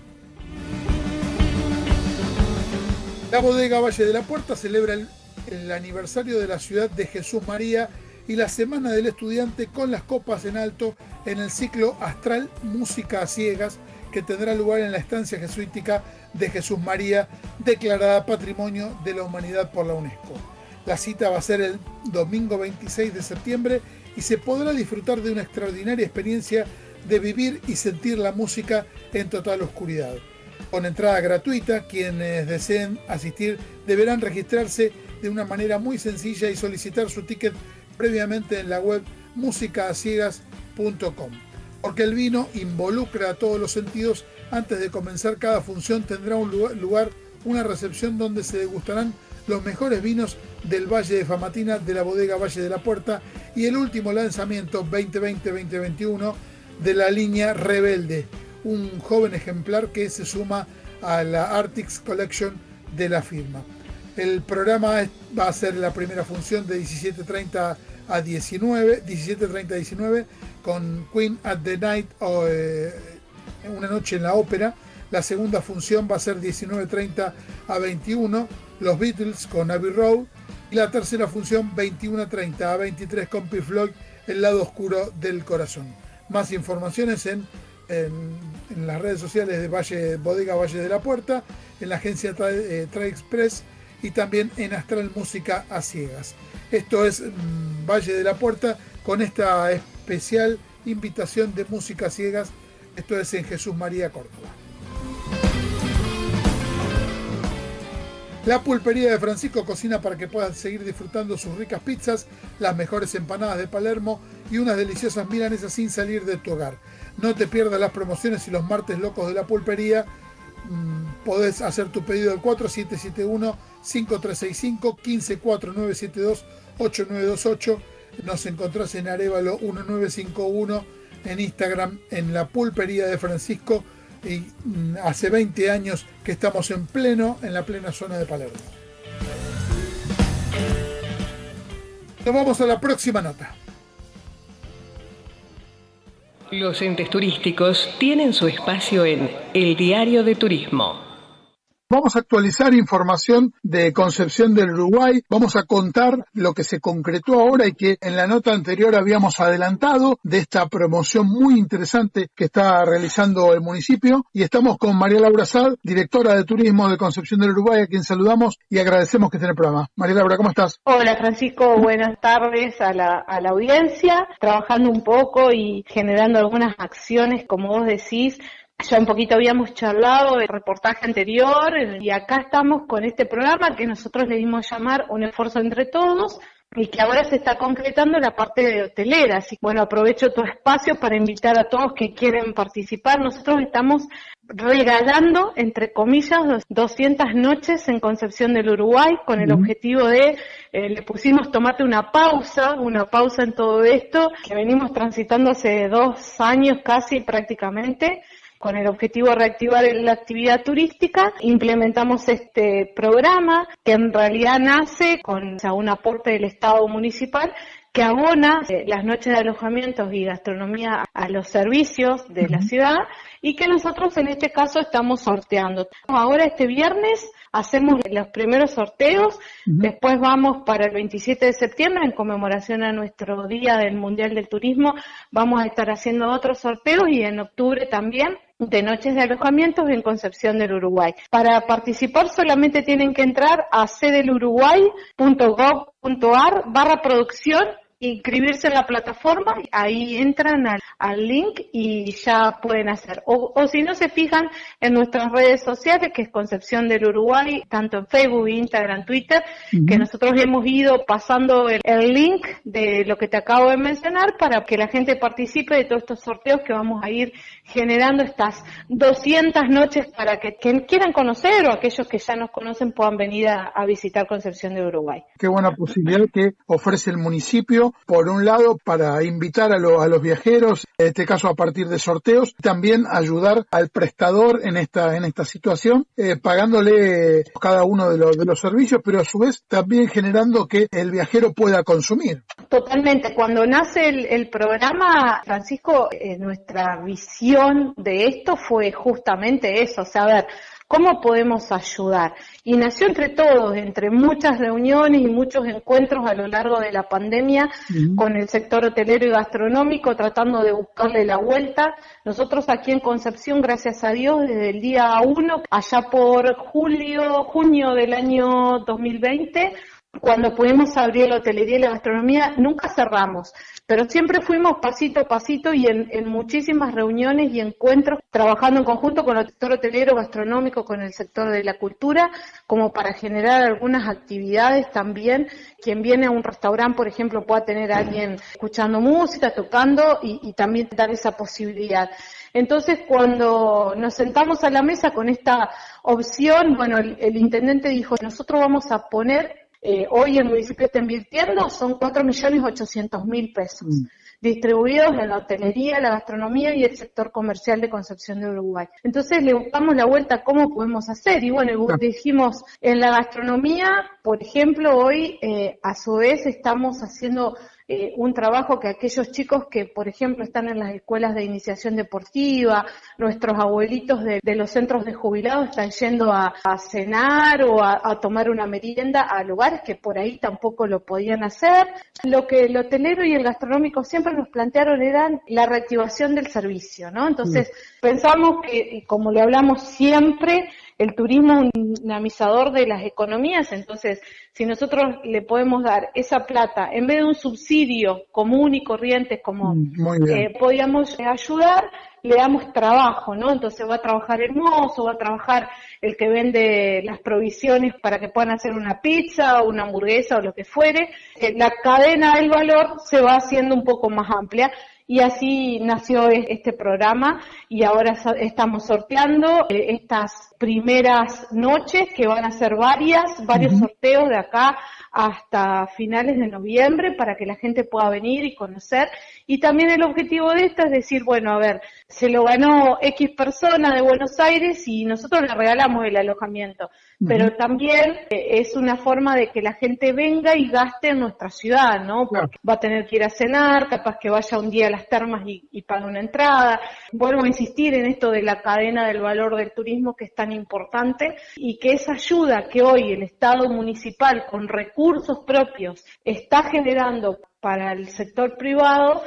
Speaker 1: La bodega Valle de la Puerta celebra el, el aniversario de la ciudad de Jesús María y la Semana del Estudiante con las copas en alto en el ciclo Astral Música a Ciegas, que tendrá lugar en la estancia jesuítica de Jesús María, declarada Patrimonio de la Humanidad por la UNESCO. La cita va a ser el domingo veintiséis de septiembre y se podrá disfrutar de una extraordinaria experiencia de vivir y sentir la música en total oscuridad. Con entrada gratuita, quienes deseen asistir deberán registrarse de una manera muy sencilla y solicitar su ticket previamente en la web música a ciegas punto com. Porque el vino involucra a todos los sentidos, antes de comenzar cada función tendrá un lugar, una recepción donde se degustarán los mejores vinos del Valle de Famatina de la bodega Valle de la Puerta y el último lanzamiento veinte veinte veinte veintiuno de la línea Rebelde, un joven ejemplar que se suma a la Arctics Collection de la firma. El programa va a ser la primera función de diecisiete treinta a diecinueve, diecisiete treinta a diecinueve con Queen at the Night o eh, una noche en la ópera. La segunda función va a ser diecinueve treinta a veintiuno, los Beatles con Abbey Road. Y la tercera función veintiuno treinta a veintitrés con Pink Floyd, El lado oscuro del corazón. Más informaciones en, en, en las redes sociales de Valle, Bodega Valle de la Puerta, en la agencia Trade, eh, Trade Express y también en Astral Música a Ciegas. Esto es mmm, Valle de la Puerta con esta especial invitación de música a ciegas. Esto es en Jesús María, Córdoba. La Pulpería de Francisco cocina para que puedas seguir disfrutando sus ricas pizzas, las mejores empanadas de Palermo y unas deliciosas milanesas sin salir de tu hogar. No te pierdas las promociones y los martes locos de la Pulpería. Podés hacer tu pedido al cuatro siete siete uno, cinco tres seis cinco, uno cinco cuatro nueve siete dos, ocho nueve dos ocho. Nos encontrás en Arévalo mil novecientos cincuenta y uno, en Instagram en La Pulpería de Francisco. y mm, hace veinte años que estamos en pleno, en la plena zona de Palermo. Nos vamos a la próxima nota.
Speaker 2: Los entes turísticos tienen su espacio en El Diario de Turismo.
Speaker 1: Vamos a actualizar información de Concepción del Uruguay, vamos a contar lo que se concretó ahora y que en la nota anterior habíamos adelantado de esta promoción muy interesante que está realizando el municipio, y estamos con María Laura Sad, directora de turismo de Concepción del Uruguay, a quien saludamos y agradecemos que esté en el programa. María Laura, ¿cómo estás?
Speaker 8: Hola Francisco, buenas tardes a la, a la audiencia, trabajando un poco y generando algunas acciones, como vos decís. Ya un poquito habíamos charlado el reportaje anterior y acá estamos con este programa que nosotros le dimos llamar Un esfuerzo entre todos y que ahora se está concretando en la parte de hotelera. Así que bueno, aprovecho tu espacio para invitar a todos que quieren participar. Nosotros estamos regalando, entre comillas, doscientas noches en Concepción del Uruguay con el uh-huh. objetivo de, eh, le pusimos tomate una pausa, una pausa en todo esto que venimos transitando hace dos años casi prácticamente, con el objetivo de reactivar la actividad turística. Implementamos este programa que en realidad nace con o sea, un aporte del Estado municipal que abona eh, las noches de alojamientos y gastronomía a los servicios de uh-huh. la ciudad y que nosotros en este caso estamos sorteando. Ahora este viernes hacemos los primeros sorteos, uh-huh. después vamos para el veintisiete de septiembre en conmemoración a nuestro Día del Mundial del Turismo, vamos a estar haciendo otros sorteos y en octubre también de noches de alojamientos en Concepción del Uruguay. Para participar solamente tienen que entrar a cedeluruguay punto gov punto ar barra producción, inscribirse en la plataforma, ahí entran al, al link y ya pueden hacer. O, o si no se fijan en nuestras redes sociales, que es Concepción del Uruguay, tanto en Facebook, Instagram, Twitter, uh-huh. que nosotros hemos ido pasando el, el link de lo que te acabo de mencionar para que la gente participe de todos estos sorteos que vamos a ir generando estas doscientas noches para que quien quieran conocer o aquellos que ya nos conocen puedan venir a, a visitar Concepción del Uruguay.
Speaker 1: Qué buena posibilidad que ofrece el municipio, por un lado, para invitar a, lo, a los viajeros, en este caso a partir de sorteos, también ayudar al prestador en esta en esta situación, eh, pagándole cada uno de los, de los servicios, pero a su vez también generando que el viajero pueda consumir.
Speaker 8: Totalmente. Cuando nace el, el programa, Francisco, eh, nuestra visión de esto fue justamente eso, o sea, a ver, ¿cómo podemos ayudar? Y nació entre todos, entre muchas reuniones y muchos encuentros a lo largo de la pandemia uh-huh. con el sector hotelero y gastronómico, tratando de buscarle la vuelta. Nosotros aquí en Concepción, gracias a Dios, desde el día uno, allá por julio, junio del año dos mil veinte, cuando pudimos abrir la hotelería y la gastronomía, nunca cerramos, pero siempre fuimos pasito a pasito y en, en muchísimas reuniones y encuentros, trabajando en conjunto con el sector hotelero, gastronómico, con el sector de la cultura, como para generar algunas actividades también. Quien viene a un restaurante, por ejemplo, pueda tener a alguien escuchando música, tocando y, y también dar esa posibilidad. Entonces, cuando nos sentamos a la mesa con esta opción, bueno, el, el intendente dijo, nosotros vamos a poner Eh, hoy el municipio está invirtiendo, son cuatro millones ochocientos mil pesos, mm. distribuidos en la hotelería, la gastronomía y el sector comercial de Concepción de Uruguay. Entonces le buscamos la vuelta a cómo podemos hacer, y bueno, claro. dijimos, en la gastronomía, por ejemplo, hoy eh, a su vez estamos haciendo eh, un trabajo que aquellos chicos que, por ejemplo, están en las escuelas de iniciación deportiva, nuestros abuelitos de, de los centros de jubilados están yendo a, a cenar o a, a tomar una merienda a lugares que por ahí tampoco lo podían hacer. Lo que el hotelero y el gastronómico siempre nos plantearon era la reactivación del servicio, ¿no? Entonces, sí. pensamos que, como le hablamos siempre, el turismo es un dinamizador de las economías, entonces si nosotros le podemos dar esa plata, en vez de un subsidio común y corriente como eh, podíamos ayudar, le damos trabajo, ¿no? Entonces va a trabajar el mozo, va a trabajar el que vende las provisiones para que puedan hacer una pizza o una hamburguesa o lo que fuere. La cadena del valor se va haciendo un poco más amplia Y así nació este programa y ahora estamos sorteando estas primeras noches, que van a ser varias, varios uh-huh. sorteos de acá hasta finales de noviembre para que la gente pueda venir y conocer. Y también el objetivo de esto es decir, bueno, a ver, se lo ganó X persona de Buenos Aires y nosotros le regalamos el alojamiento. Uh-huh. Pero también eh, es una forma de que la gente venga y gaste en nuestra ciudad, ¿no? Porque va a tener que ir a cenar, capaz que vaya un día a las termas y, y pague una entrada. Vuelvo a insistir en esto de la cadena del valor del turismo, que es tan importante, y que esa ayuda que hoy el Estado municipal con recursos propios está generando para el sector privado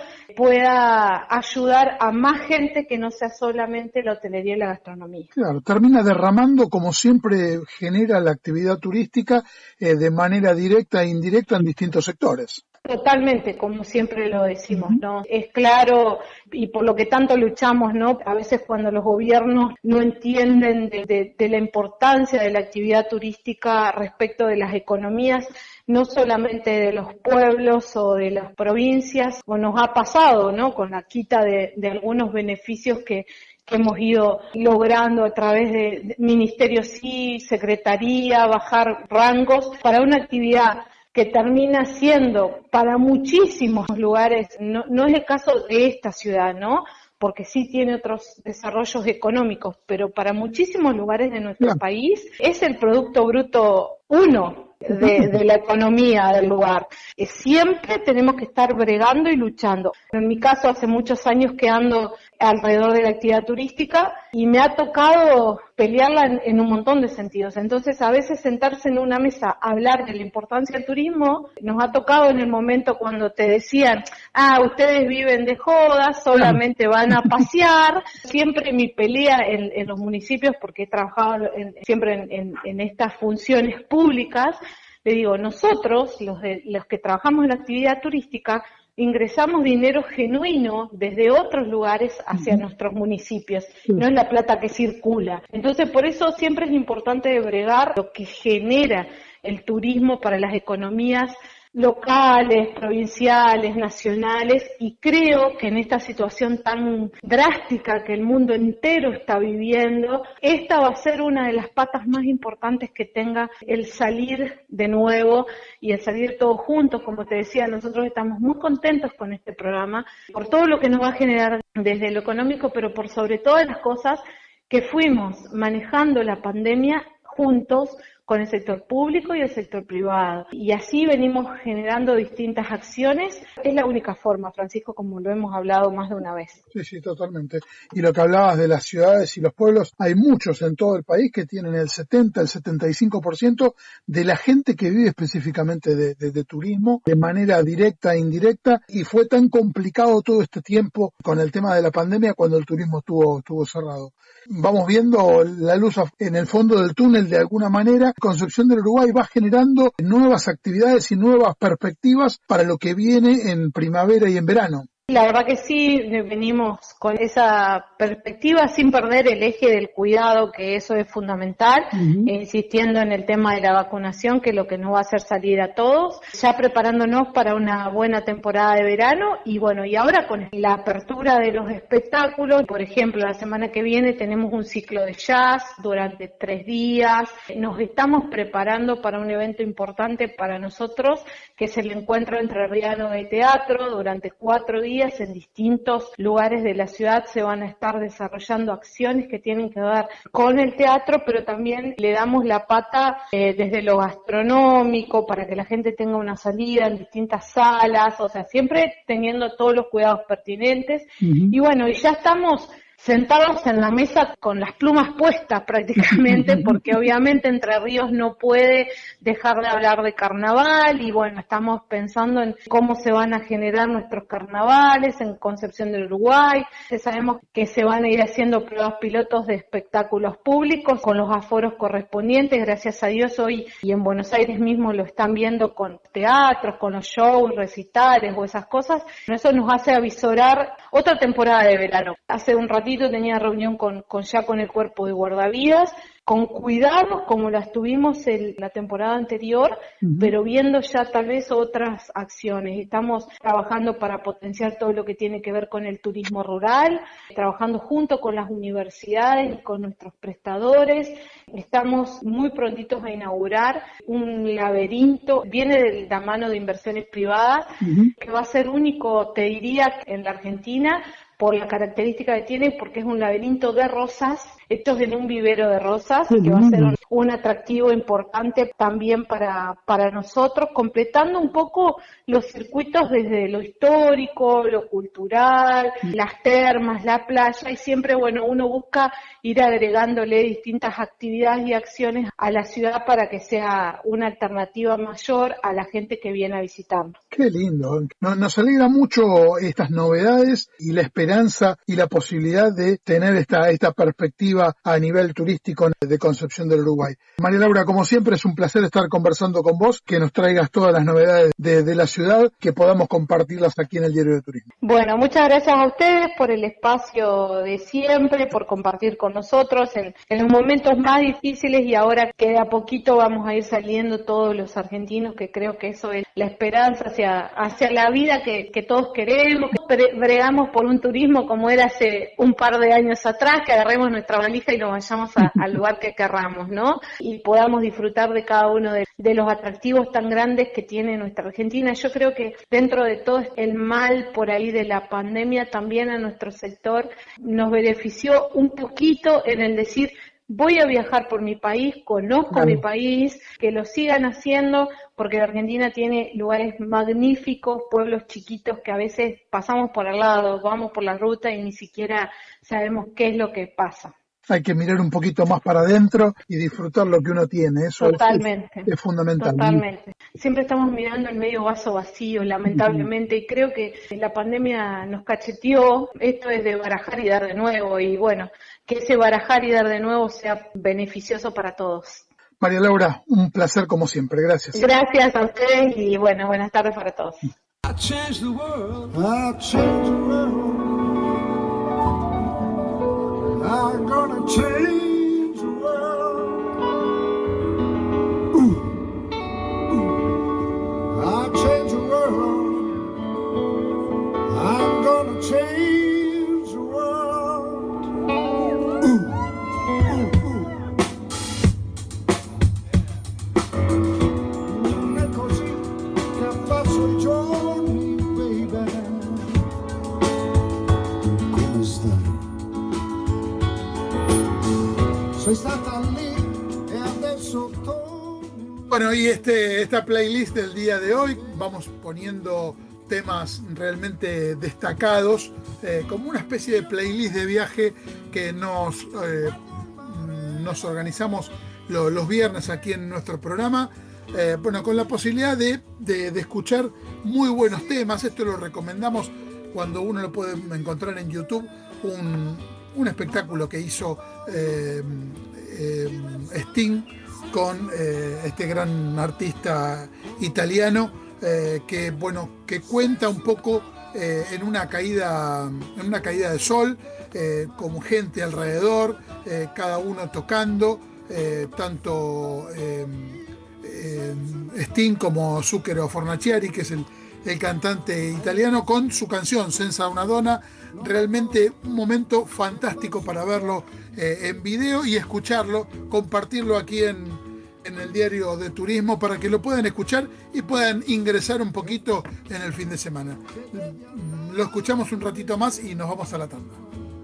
Speaker 8: pueda ayudar a más gente que no sea solamente la hotelería y la gastronomía.
Speaker 1: Claro, termina derramando, como siempre genera la actividad turística, eh, de manera directa e indirecta en distintos sectores.
Speaker 8: Totalmente, como siempre lo decimos, ¿no? Es claro, y por lo que tanto luchamos, ¿no? A veces cuando los gobiernos no entienden de, de, de la importancia de la actividad turística respecto de las economías, no solamente de los pueblos o de las provincias, o nos ha pasado, ¿no? Con la quita de, de algunos beneficios que que hemos ido logrando a través de Ministerio sí, Secretaría, bajar rangos para una actividad que termina siendo para muchísimos lugares, no, no es el caso de esta ciudad, ¿no? Porque sí tiene otros desarrollos económicos, pero para muchísimos lugares de nuestro Claro. país es el Producto Bruto uno de, de la economía del lugar. Siempre tenemos que estar bregando y luchando. En mi caso, hace muchos años que ando alrededor de la actividad turística y me ha tocado pelearla en, en un montón de sentidos. Entonces, a veces sentarse en una mesa a hablar de la importancia del turismo, nos ha tocado en el momento cuando te decían, ah, ustedes viven de joda, solamente van a pasear. Siempre mi pelea en, en los municipios, porque he trabajado en, siempre en, en, en estas funciones públicas, le digo, nosotros, los, de, los que trabajamos en la actividad turística, ingresamos dinero genuino desde otros lugares hacia uh-huh. nuestros municipios, sí. no es la plata que circula. Entonces, por eso siempre es importante bregar lo que genera el turismo para las economías locales, provinciales, nacionales, y creo que en esta situación tan drástica que el mundo entero está viviendo, esta va a ser una de las patas más importantes que tenga el salir de nuevo y el salir todos juntos. Como te decía, nosotros estamos muy contentos con este programa, por todo lo que nos va a generar desde lo económico, pero por sobre todas las cosas que fuimos manejando la pandemia juntos, con el sector público y el sector privado. Y así venimos generando distintas acciones. Es la única forma, Francisco, como lo hemos hablado más de una vez.
Speaker 1: Sí, sí, totalmente. Y lo que hablabas de las ciudades y los pueblos, hay muchos en todo el país que tienen el setenta, el setenta y cinco por ciento de la gente que vive específicamente de, de, de turismo, de manera directa e indirecta, y fue tan complicado todo este tiempo con el tema de la pandemia cuando el turismo estuvo, estuvo cerrado. Vamos viendo la luz en el fondo del túnel de alguna manera. Concepción del Uruguay va generando nuevas actividades y nuevas perspectivas para lo que viene en primavera y en verano.
Speaker 8: La verdad que sí, venimos con esa perspectiva sin perder el eje del cuidado, que eso es fundamental, uh-huh. eh, insistiendo en el tema de la vacunación, que es lo que nos va a hacer salir a todos, ya preparándonos para una buena temporada de verano. Y bueno, y ahora con la apertura de los espectáculos, por ejemplo, la semana que viene tenemos un ciclo de jazz durante tres días, nos estamos preparando para un evento importante para nosotros, que es el Encuentro Entrerriano de Teatro. Durante cuatro días en distintos lugares de la ciudad se van a estar desarrollando acciones que tienen que ver con el teatro, pero también le damos la pata eh, desde lo gastronómico para que la gente tenga una salida en distintas salas, o sea, siempre teniendo todos los cuidados pertinentes. Uh-huh. Y bueno, y ya estamos sentados en la mesa con las plumas puestas prácticamente, porque obviamente Entre Ríos no puede dejar de hablar de carnaval, y bueno, estamos pensando en cómo se van a generar nuestros carnavales en Concepción del Uruguay. Sabemos que se van a ir haciendo pruebas pilotos de espectáculos públicos con los aforos correspondientes, gracias a Dios hoy y en Buenos Aires mismo lo están viendo con teatros, con los shows, recitales o esas cosas. Eso nos hace avisorar otra temporada de verano. Hace un ratito ratito tenía reunión con, con ya con el cuerpo de guardavidas, con cuidados como las tuvimos en la temporada anterior, uh-huh. pero viendo ya tal vez otras acciones. Estamos trabajando para potenciar todo lo que tiene que ver con el turismo rural, trabajando junto con las universidades y con nuestros prestadores. Estamos muy prontitos a inaugurar un laberinto, viene de la mano de inversiones privadas, uh-huh. que va a ser único, te diría, en la Argentina, por la característica que tiene, porque es un laberinto de rosas. Esto es en un vivero de rosas, que va a ser un, un atractivo importante también para, para nosotros, completando un poco los circuitos desde lo histórico, lo cultural, las termas, la playa, y siempre, bueno, uno busca ir agregándole distintas actividades y acciones a la ciudad para que sea una alternativa mayor a la gente que viene a visitarnos.
Speaker 1: Qué lindo. Nos alegra mucho estas novedades y la esperanza y la posibilidad de tener esta, esta perspectiva a nivel turístico de Concepción del Uruguay. María Laura, como siempre, es un placer estar conversando con vos, que nos traigas todas las novedades de, de la ciudad, que podamos compartirlas aquí en el Diario de Turismo.
Speaker 8: Bueno, muchas gracias a ustedes por el espacio de siempre, por compartir con nosotros en, en los momentos más difíciles, y ahora que de a poquito vamos a ir saliendo todos los argentinos, que creo que eso es la esperanza hacia, hacia la vida que, que todos queremos, que bregamos por un turismo como era hace un par de años atrás, que agarremos nuestra valija y nos vayamos a, al lugar que querramos, ¿no? Y podamos disfrutar de cada uno de, de los atractivos tan grandes que tiene nuestra Argentina. Yo creo que dentro de todo el mal por ahí de la pandemia, también a nuestro sector nos benefició un poquito en el decir: voy a viajar por mi país, conozco claro. mi país, que lo sigan haciendo, porque la Argentina tiene lugares magníficos, pueblos chiquitos que a veces pasamos por al lado, vamos por la ruta y ni siquiera sabemos qué es lo que pasa.
Speaker 1: Hay que mirar un poquito más para adentro y disfrutar lo que uno tiene, eso
Speaker 8: Totalmente.
Speaker 1: Es, es fundamental.
Speaker 8: Totalmente. Siempre estamos mirando el medio vaso vacío, lamentablemente, uh-huh. y creo que la pandemia nos cacheteó. Esto es de barajar y dar de nuevo, y bueno, que ese barajar y dar de nuevo sea beneficioso para todos.
Speaker 1: María Laura, un placer como siempre, gracias.
Speaker 8: Gracias a ustedes y bueno, buenas tardes para todos.
Speaker 9: I changed the world. I changed the world. I'm gonna change the world. Ooh, ooh. I'll change the world. I'm gonna change the world. Ooh, ooh, ooh. Non è così che passo i giorni, baby. Come stai?
Speaker 1: Bueno, y este, esta playlist del día de hoy vamos poniendo temas realmente destacados, eh, como una especie de playlist de viaje que nos, eh, nos organizamos lo, los viernes aquí en nuestro programa, eh, bueno, con la posibilidad de, de, de escuchar muy buenos temas. Esto lo recomendamos cuando uno lo puede encontrar en YouTube, un un espectáculo que hizo eh, eh, Sting con eh, este gran artista italiano eh, que bueno que cuenta un poco eh, en una caída en una caída de sol, eh, con gente alrededor, eh, cada uno tocando, eh, tanto eh, eh, Sting como Zucchero Fornaciari, que es el el cantante italiano, con su canción Senza una donna. Realmente un momento fantástico para verlo eh, en video y escucharlo, compartirlo aquí en, en el Diario de Turismo para que lo puedan escuchar y puedan ingresar un poquito en el fin de semana. Lo escuchamos un ratito más y nos vamos a la tanda.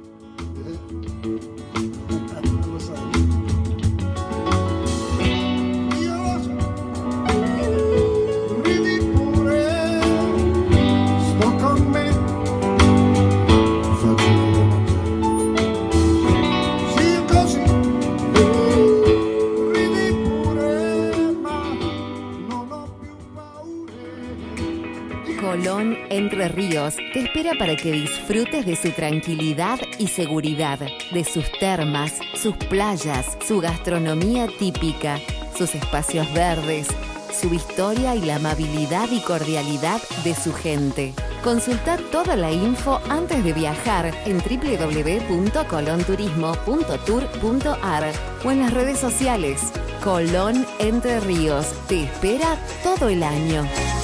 Speaker 5: Colón, Entre Ríos, te espera para que disfrutes de su tranquilidad y seguridad, de sus termas, sus playas, su gastronomía típica, sus espacios verdes, su historia y la amabilidad y cordialidad de su gente. Consulta toda la info antes de viajar en doble u doble u doble u punto colón turismo punto tour punto a r o en las redes sociales. Colón Entre Ríos te espera todo el año.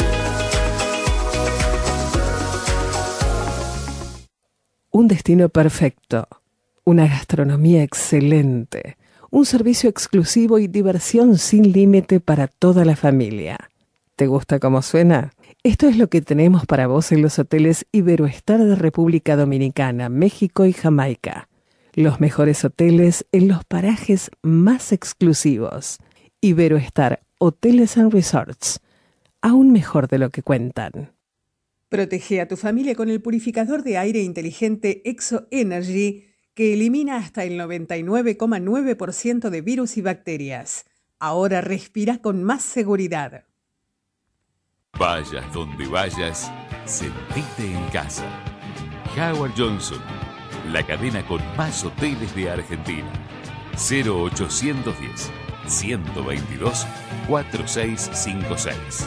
Speaker 2: Un destino perfecto, una gastronomía excelente, un servicio exclusivo y diversión sin límite para toda la familia. ¿Te gusta cómo suena? Esto es lo que tenemos para vos en los hoteles Iberoestar de República Dominicana, México y Jamaica. Los mejores hoteles en los parajes más exclusivos. Iberoestar Hoteles and Resorts. Aún mejor de lo que cuentan. Protege a tu familia con el purificador de aire inteligente Exo Energy, que elimina hasta el noventa y nueve coma nueve por ciento de virus y bacterias. Ahora respira con más seguridad.
Speaker 10: Vayas donde vayas, sentite en casa. Howard Johnson, la cadena con más hoteles de Argentina. cero ochocientos diez, ciento veintidós, cuarenta y seis cincuenta y seis.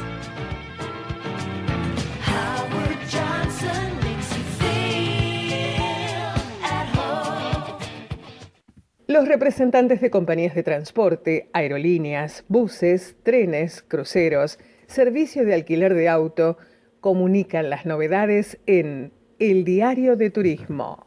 Speaker 2: Los representantes de compañías de transporte, aerolíneas, buses, trenes, cruceros, servicio de alquiler de auto, comunican las novedades en El Diario de Turismo.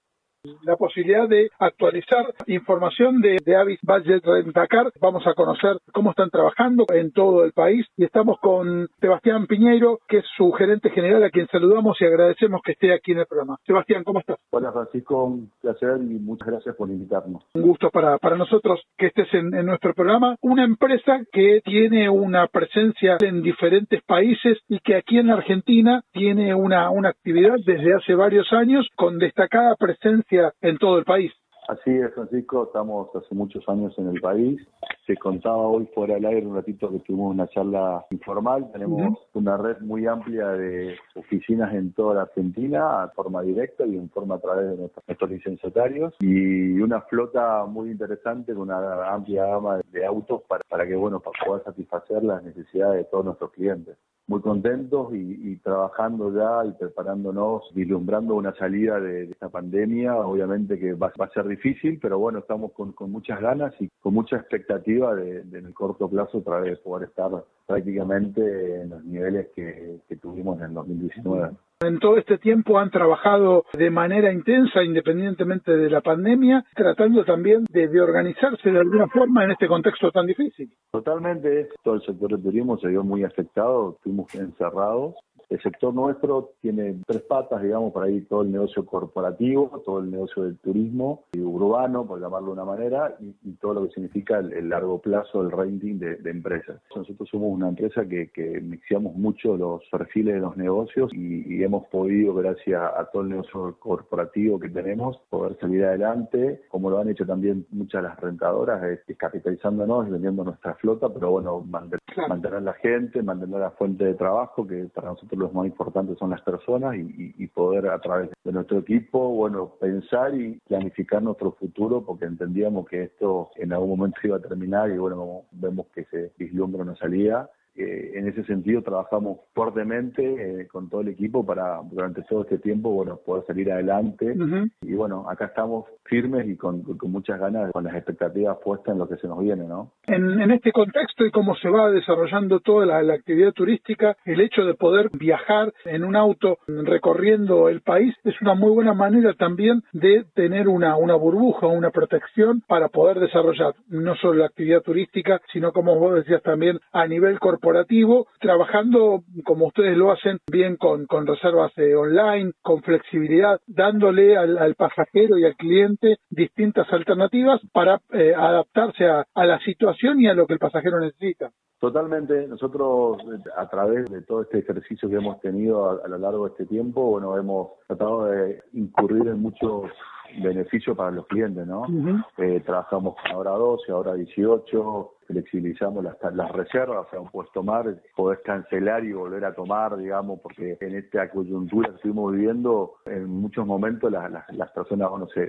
Speaker 1: La posibilidad de actualizar información de, de Avis Budget Rent-A-Car. Vamos a conocer cómo están trabajando en todo el país y estamos con Sebastián Piñeiro, que es su gerente general, a quien saludamos y agradecemos que esté aquí en el programa. Sebastián, ¿cómo estás?
Speaker 11: Hola Francisco, un placer y muchas gracias por invitarnos.
Speaker 1: Un gusto para, para nosotros que estés en, en nuestro programa. Una empresa que tiene una presencia en diferentes países y que aquí en Argentina tiene una, una actividad desde hace varios años con destacada presencia en todo el país.
Speaker 11: Así es, Francisco, estamos hace muchos años en el país. Se contaba hoy fuera del aire un ratito que tuvimos una charla informal. Tenemos uh-huh. una red muy amplia de oficinas en toda la Argentina, de forma directa y en forma a través de nuestros, nuestros licenciatarios, y una flota muy interesante con una amplia gama de autos para, para que, bueno, para poder satisfacer las necesidades de todos nuestros clientes. Muy contentos y, y trabajando ya y preparándonos, vislumbrando una salida de, de esta pandemia. Obviamente que va, va a ser difícil, pero bueno, estamos con, con muchas ganas y con mucha expectativa de, de en el corto plazo otra vez poder estar prácticamente en los niveles que, que tuvimos en el dos mil diecinueve.
Speaker 1: En todo este tiempo han trabajado de manera intensa, independientemente de la pandemia, tratando también de, de organizarse de alguna forma en este contexto tan difícil.
Speaker 11: Totalmente, todo el sector de turismo se vio muy afectado, estuvimos encerrados. El sector nuestro tiene tres patas, digamos, por ahí todo el negocio corporativo, todo el negocio del turismo y urbano, por llamarlo de una manera, y, y todo lo que significa el, el largo plazo, el renting de, de empresas. Nosotros somos una empresa que, que mixeamos mucho los perfiles de los negocios y, y hemos podido, gracias a todo el negocio corporativo que tenemos, poder salir adelante, como lo han hecho también muchas de las rentadoras, es, capitalizándonos y vendiendo nuestra flota, pero bueno, mantener, claro. mantener la gente, mantener la fuente de trabajo, que para nosotros los más importantes son las personas, y, y, y poder a través de nuestro equipo, bueno, pensar y planificar nuestro futuro, porque entendíamos que esto en algún momento iba a terminar y bueno, vemos que se vislumbra una salida. Eh, en ese sentido trabajamos fuertemente eh, con todo el equipo para durante todo este tiempo, bueno, poder salir adelante. Uh-huh. Y bueno, acá estamos firmes y con, con muchas ganas, con las expectativas puestas en lo que se nos viene, ¿no?
Speaker 1: En, en este contexto y cómo se va desarrollando toda la, la actividad turística, el hecho de poder viajar en un auto recorriendo el país es una muy buena manera también de tener una, una burbuja, una protección para poder desarrollar no solo la actividad turística, sino, como vos decías, también a nivel corporativo, corporativo, trabajando como ustedes lo hacen bien con, con reservas eh, online, con flexibilidad, dándole al, al pasajero y al cliente distintas alternativas para eh, adaptarse a, a la situación y a lo que el pasajero necesita.
Speaker 11: Totalmente. Nosotros, a través de todo este ejercicio que hemos tenido a, a lo largo de este tiempo, bueno, hemos tratado de incurrir en muchos beneficios para los clientes, ¿no? Uh-huh. Eh, trabajamos con ahora doce, ahora dieciocho, flexibilizamos las, las reservas, o sea, puedes tomar, podés cancelar y volver a tomar, digamos, porque en esta coyuntura que estuvimos viviendo, en muchos momentos las, las, las personas, bueno, se,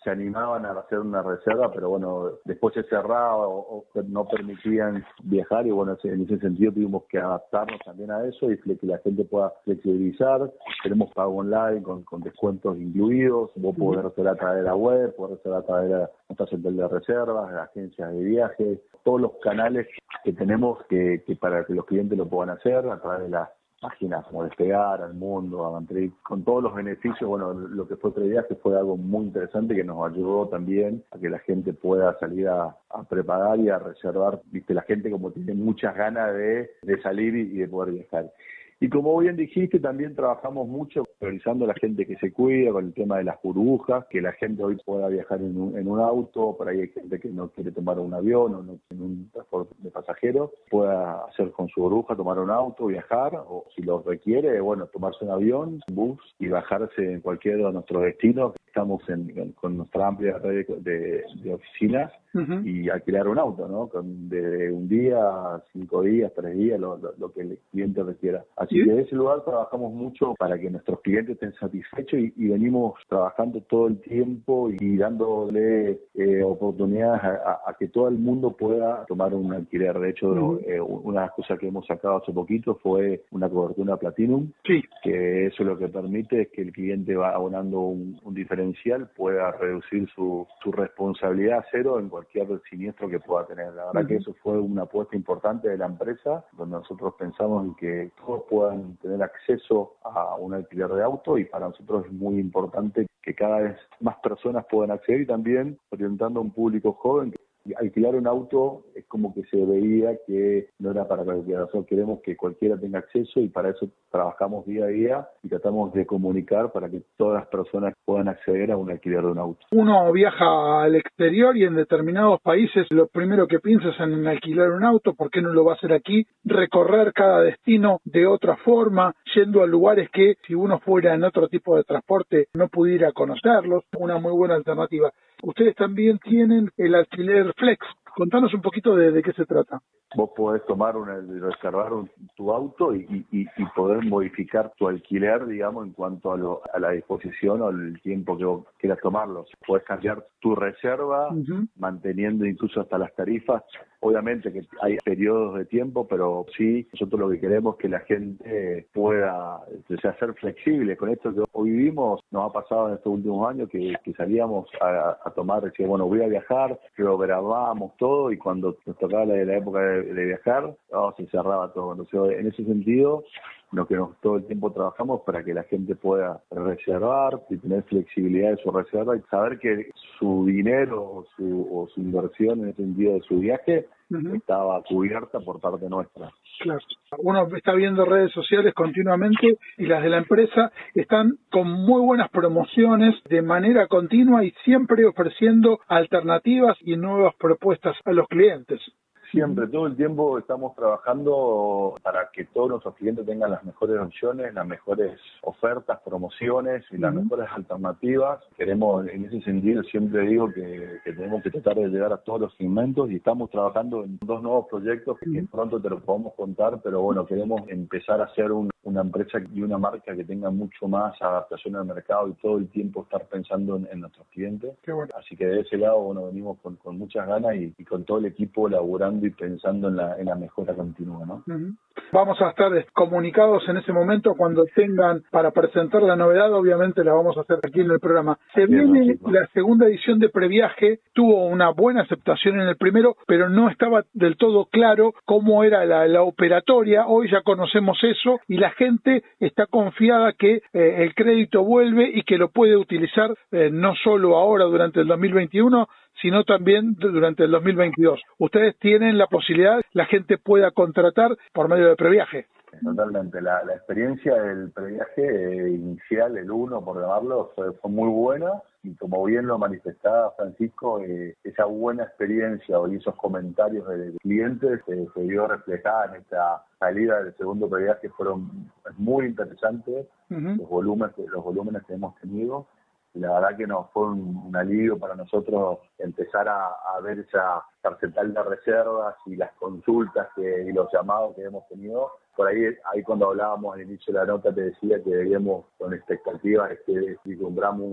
Speaker 11: se animaban a hacer una reserva, pero bueno, después se cerraba o, o no permitían viajar y bueno, en ese sentido tuvimos que adaptarnos también a eso y que la gente pueda flexibilizar. Tenemos pago online con, con descuentos incluidos, vos podés hacer a través de la web, podés hacer a través de nuestra central de reservas, de agencias de viajes, todos los canales que tenemos que, que para que los clientes lo puedan hacer a través de las páginas como Despegar, Al Mundo, Avantrip, con todos los beneficios. Bueno, lo que fue Previaje fue algo muy interesante que nos ayudó también a que la gente pueda salir a, a preparar y a reservar. Viste, la gente como tiene muchas ganas de, de salir y, y de poder viajar. Y como bien dijiste, también trabajamos mucho priorizando a la gente que se cuida con el tema de las burbujas, que la gente hoy pueda viajar en un, en un auto, por ahí hay gente que no quiere tomar un avión o no, en un transporte de pasajeros, pueda hacer con su burbuja, tomar un auto, viajar, o si lo requiere, bueno, tomarse un avión, un bus y bajarse en cualquiera de nuestros destinos. Estamos en, en, con nuestra amplia red de, de, de oficinas uh-huh. y alquilar un auto, ¿no? Con de un día, cinco días, tres días, lo, lo, lo que el cliente requiera. Así ¿Sí? que en ese lugar trabajamos mucho para que nuestros clientes estén satisfechos y, y venimos trabajando todo el tiempo y dándole eh, oportunidades a, a, a que todo el mundo pueda tomar un alquiler. De hecho, uh-huh. eh, una de las cosas que hemos sacado hace poquito fue una cobertura Platinum, sí. que eso lo que permite es que el cliente va abonando un, un diferencial pueda reducir su, su responsabilidad a cero en cualquier siniestro que pueda tener. La verdad uh-huh. que eso fue una apuesta importante de la empresa, donde nosotros pensamos en que todos puedan tener acceso a un alquiler de auto y para nosotros es muy importante que cada vez más personas puedan acceder y también orientando a un público joven. Alquilar un auto es como que se veía que no era para cualquiera. Nosotros queremos que cualquiera tenga acceso y para eso trabajamos día a día y tratamos de comunicar para que todas las personas puedan acceder a un alquiler de un auto.
Speaker 1: Uno viaja al exterior y en determinados países lo primero que piensa es en alquilar un auto. ¿Por qué no lo va a hacer aquí? Recorrer cada destino de otra forma, yendo a lugares que si uno fuera en otro tipo de transporte no pudiera conocerlos. Una muy buena alternativa. Ustedes también tienen el alquiler Flex. Contanos un poquito de, de qué se trata.
Speaker 11: Vos podés tomar una, reservar un, tu auto y, y, y poder modificar tu alquiler, digamos, en cuanto a, lo, a la disposición o el tiempo que vos quieras tomarlo. Podés cambiar tu reserva, uh-huh. manteniendo incluso hasta las tarifas. Obviamente que hay periodos de tiempo, pero sí, nosotros lo que queremos es que la gente pueda o sea, ser flexible. Con esto que hoy vivimos, nos ha pasado en estos últimos años que, que salíamos a, a tomar, decía, bueno, voy a viajar, pero grabábamos todo y cuando nos tocaba la, la época de, de viajar, oh, se cerraba todo. Entonces, en ese sentido, lo que nos, todo el tiempo trabajamos para que la gente pueda reservar y tener flexibilidad de su reserva y saber que su dinero o su, o su inversión en el sentido de su viaje uh-huh. estaba cubierta por parte nuestra.
Speaker 1: Claro. Uno está viendo redes sociales continuamente y las de la empresa están con muy buenas promociones de manera continua y siempre ofreciendo alternativas y nuevas propuestas a los clientes.
Speaker 11: Siempre, todo el tiempo estamos trabajando para que todos nuestros clientes tengan las mejores opciones, las mejores ofertas, promociones y las uh-huh. mejores alternativas. Queremos, en ese sentido, siempre digo que, que tenemos que tratar de llegar a todos los segmentos y estamos trabajando en dos nuevos proyectos que, uh-huh. que pronto te los podemos contar, pero bueno, queremos empezar a hacer un, una empresa y una marca que tenga mucho más adaptación al mercado y todo el tiempo estar pensando en, en nuestros clientes.
Speaker 1: Qué bueno.
Speaker 11: Así que de ese lado, bueno, venimos con, con muchas ganas y, y con todo el equipo laburando y pensando en la, en la mejora continua, ¿no?
Speaker 1: Uh-huh. Vamos a estar comunicados en ese momento cuando tengan para presentar la novedad, obviamente la vamos a hacer aquí en el programa. Se Bien, viene no, la segunda edición de Previaje, tuvo una buena aceptación en el primero, pero no estaba del todo claro cómo era la, la operatoria. Hoy ya conocemos eso y la gente está confiada que eh, el crédito vuelve y que lo puede utilizar eh, no solo ahora durante el dos mil veintiuno, sino también durante el dos mil veintidós. Ustedes tienen la posibilidad, la gente pueda contratar por medio de Previaje.
Speaker 11: Totalmente, la, la experiencia del previaje eh, inicial, el uno por llamarlo, fue, fue muy buena y como bien lo manifestaba Francisco, eh, esa buena experiencia y esos comentarios de, de clientes eh, se vio reflejada en esta salida del segundo previaje, fueron muy interesantes uh-huh. los volúmenes, los volúmenes que hemos tenido. Y la verdad que nos fue un, un alivio para nosotros empezar a, a ver esa porcentaje de reservas y las consultas que, y los llamados que hemos tenido. Por ahí, ahí cuando hablábamos al inicio de la nota te decía que veíamos con expectativas que vislumbramos un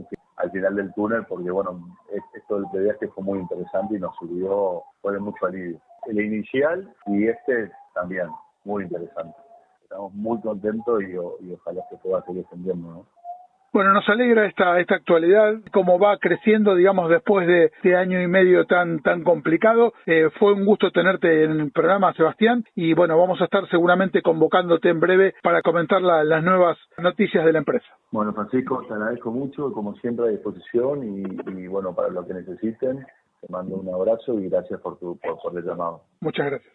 Speaker 11: al final del túnel, porque bueno, esto del viaje fue muy interesante y nos sirvió, fue de mucho alivio. El inicial y este también, muy interesante. Estamos muy contentos y, y ojalá se pueda seguir extendiendo, ¿no?
Speaker 1: Bueno, nos alegra esta esta actualidad, cómo va creciendo, digamos, después de este año y medio tan tan complicado. Eh, fue un gusto tenerte en el programa, Sebastián, y bueno, vamos a estar seguramente convocándote en breve para comentar la, las nuevas noticias de la empresa.
Speaker 11: Bueno, Francisco, te agradezco mucho, como siempre a disposición, y, y bueno, para lo que necesiten, te mando un abrazo y gracias por tu por, por el llamado.
Speaker 1: Muchas gracias.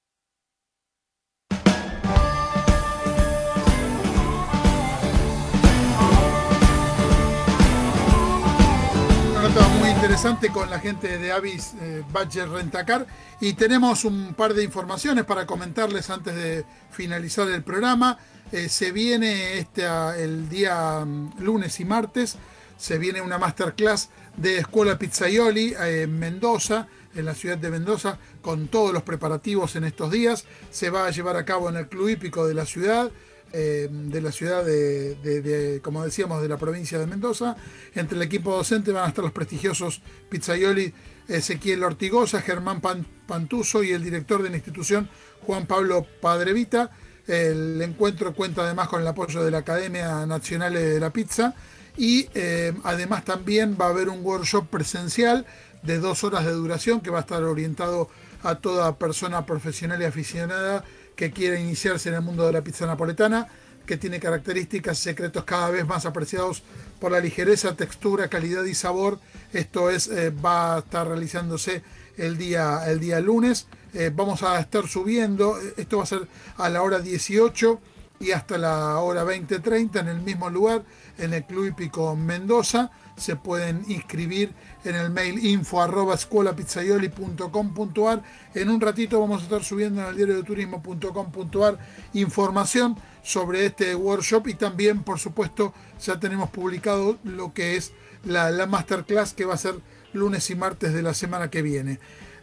Speaker 1: Muy interesante con la gente de Avis eh, Badger Rentacar, y tenemos un par de informaciones para comentarles antes de finalizar el programa. Eh, se viene este, el día um, lunes y martes, se viene una masterclass de Escuela Pizzaioli eh, en Mendoza, en la ciudad de Mendoza, con todos los preparativos en estos días. Se va a llevar a cabo en el Club Hípico de la ciudad. Eh, de la ciudad de, de, de, como decíamos, de la provincia de Mendoza. Entre el equipo docente van a estar los prestigiosos Pizzaioli Ezequiel Ortigosa, Germán Pan, Pantuso y el director de la institución, Juan Pablo Padrevita. El encuentro cuenta además con el apoyo de la Academia Nacional de la Pizza, y eh, además también va a haber un workshop presencial de dos horas de duración que va a estar orientado a toda persona profesional y aficionada que quiere iniciarse en el mundo de la pizza napoletana, que tiene características y secretos cada vez más apreciados por la ligereza, textura, calidad y sabor. Esto es eh, va a estar realizándose el día, el día lunes. Eh, vamos a estar subiendo, esto va a ser a la hora dieciocho y hasta la hora veinte treinta en el mismo lugar, en el Club Hípico Mendoza. Se pueden inscribir en el mail info arroba escuela pizzaioli punto com punto ar. En un ratito vamos a estar subiendo en el diario de turismo punto com punto ar información sobre este workshop, y también, por supuesto, ya tenemos publicado lo que es la, la masterclass, que va a ser lunes y martes de la semana que viene.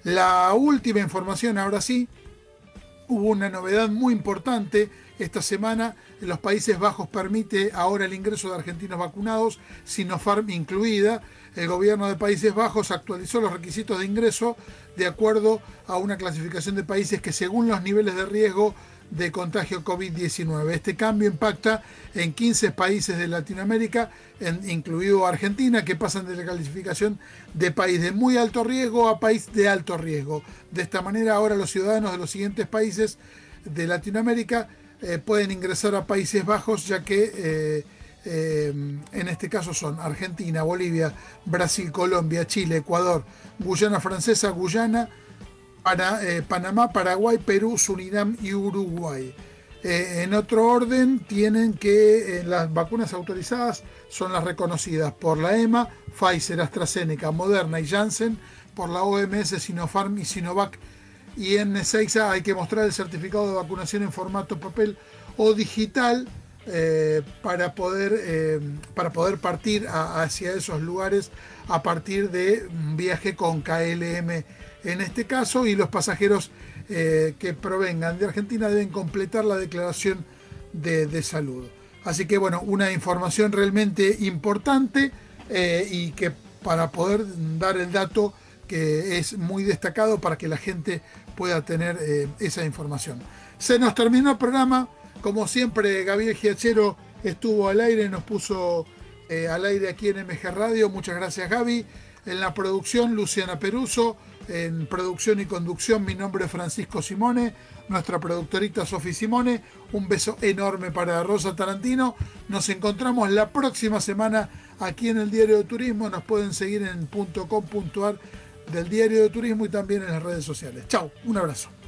Speaker 1: La última información, ahora sí, hubo una novedad muy importante esta semana. En los Países Bajos permite ahora el ingreso de argentinos vacunados, Sinopharm incluida. El gobierno de Países Bajos actualizó los requisitos de ingreso de acuerdo a una clasificación de países que según los niveles de riesgo de contagio COVID diecinueve. Este cambio impacta en quince países de Latinoamérica, en, incluido Argentina, que pasan de la calificación de país de muy alto riesgo a país de alto riesgo. De esta manera, ahora los ciudadanos de los siguientes países de Latinoamérica eh, pueden ingresar a Países Bajos, ya que eh, eh, en este caso son Argentina, Bolivia, Brasil, Colombia, Chile, Ecuador, Guyana Francesa, Guyana, Para, eh, Panamá, Paraguay, Perú, Surinam y Uruguay. Eh, en otro orden, tienen que eh, las vacunas autorizadas son las reconocidas por la E M A, Pfizer, AstraZeneca, Moderna y Janssen, por la O M S, Sinopharm y Sinovac. Y en Ezeiza hay que mostrar el certificado de vacunación en formato papel o digital eh, para, poder, eh, para poder partir a, hacia esos lugares a partir de un viaje con K L M en este caso, y los pasajeros eh, que provengan de Argentina deben completar la declaración de, de salud. Así que bueno, una información realmente importante eh, y que para poder dar el dato que es muy destacado para que la gente pueda tener eh, esa información. Se nos terminó el programa. Como siempre, Gabriel Giachero estuvo al aire, nos puso eh, al aire aquí en M G Radio. Muchas gracias, Gaby. En la producción, Luciana Peruso. En producción y conducción, mi nombre es Francisco Simone, nuestra productorita Sofi Simone. Un beso enorme para Rosa Tarantino. Nos encontramos la próxima semana aquí en el Diario de Turismo. Nos pueden seguir en punto com punto ar del Diario de Turismo y también en las redes sociales. Chau, un abrazo.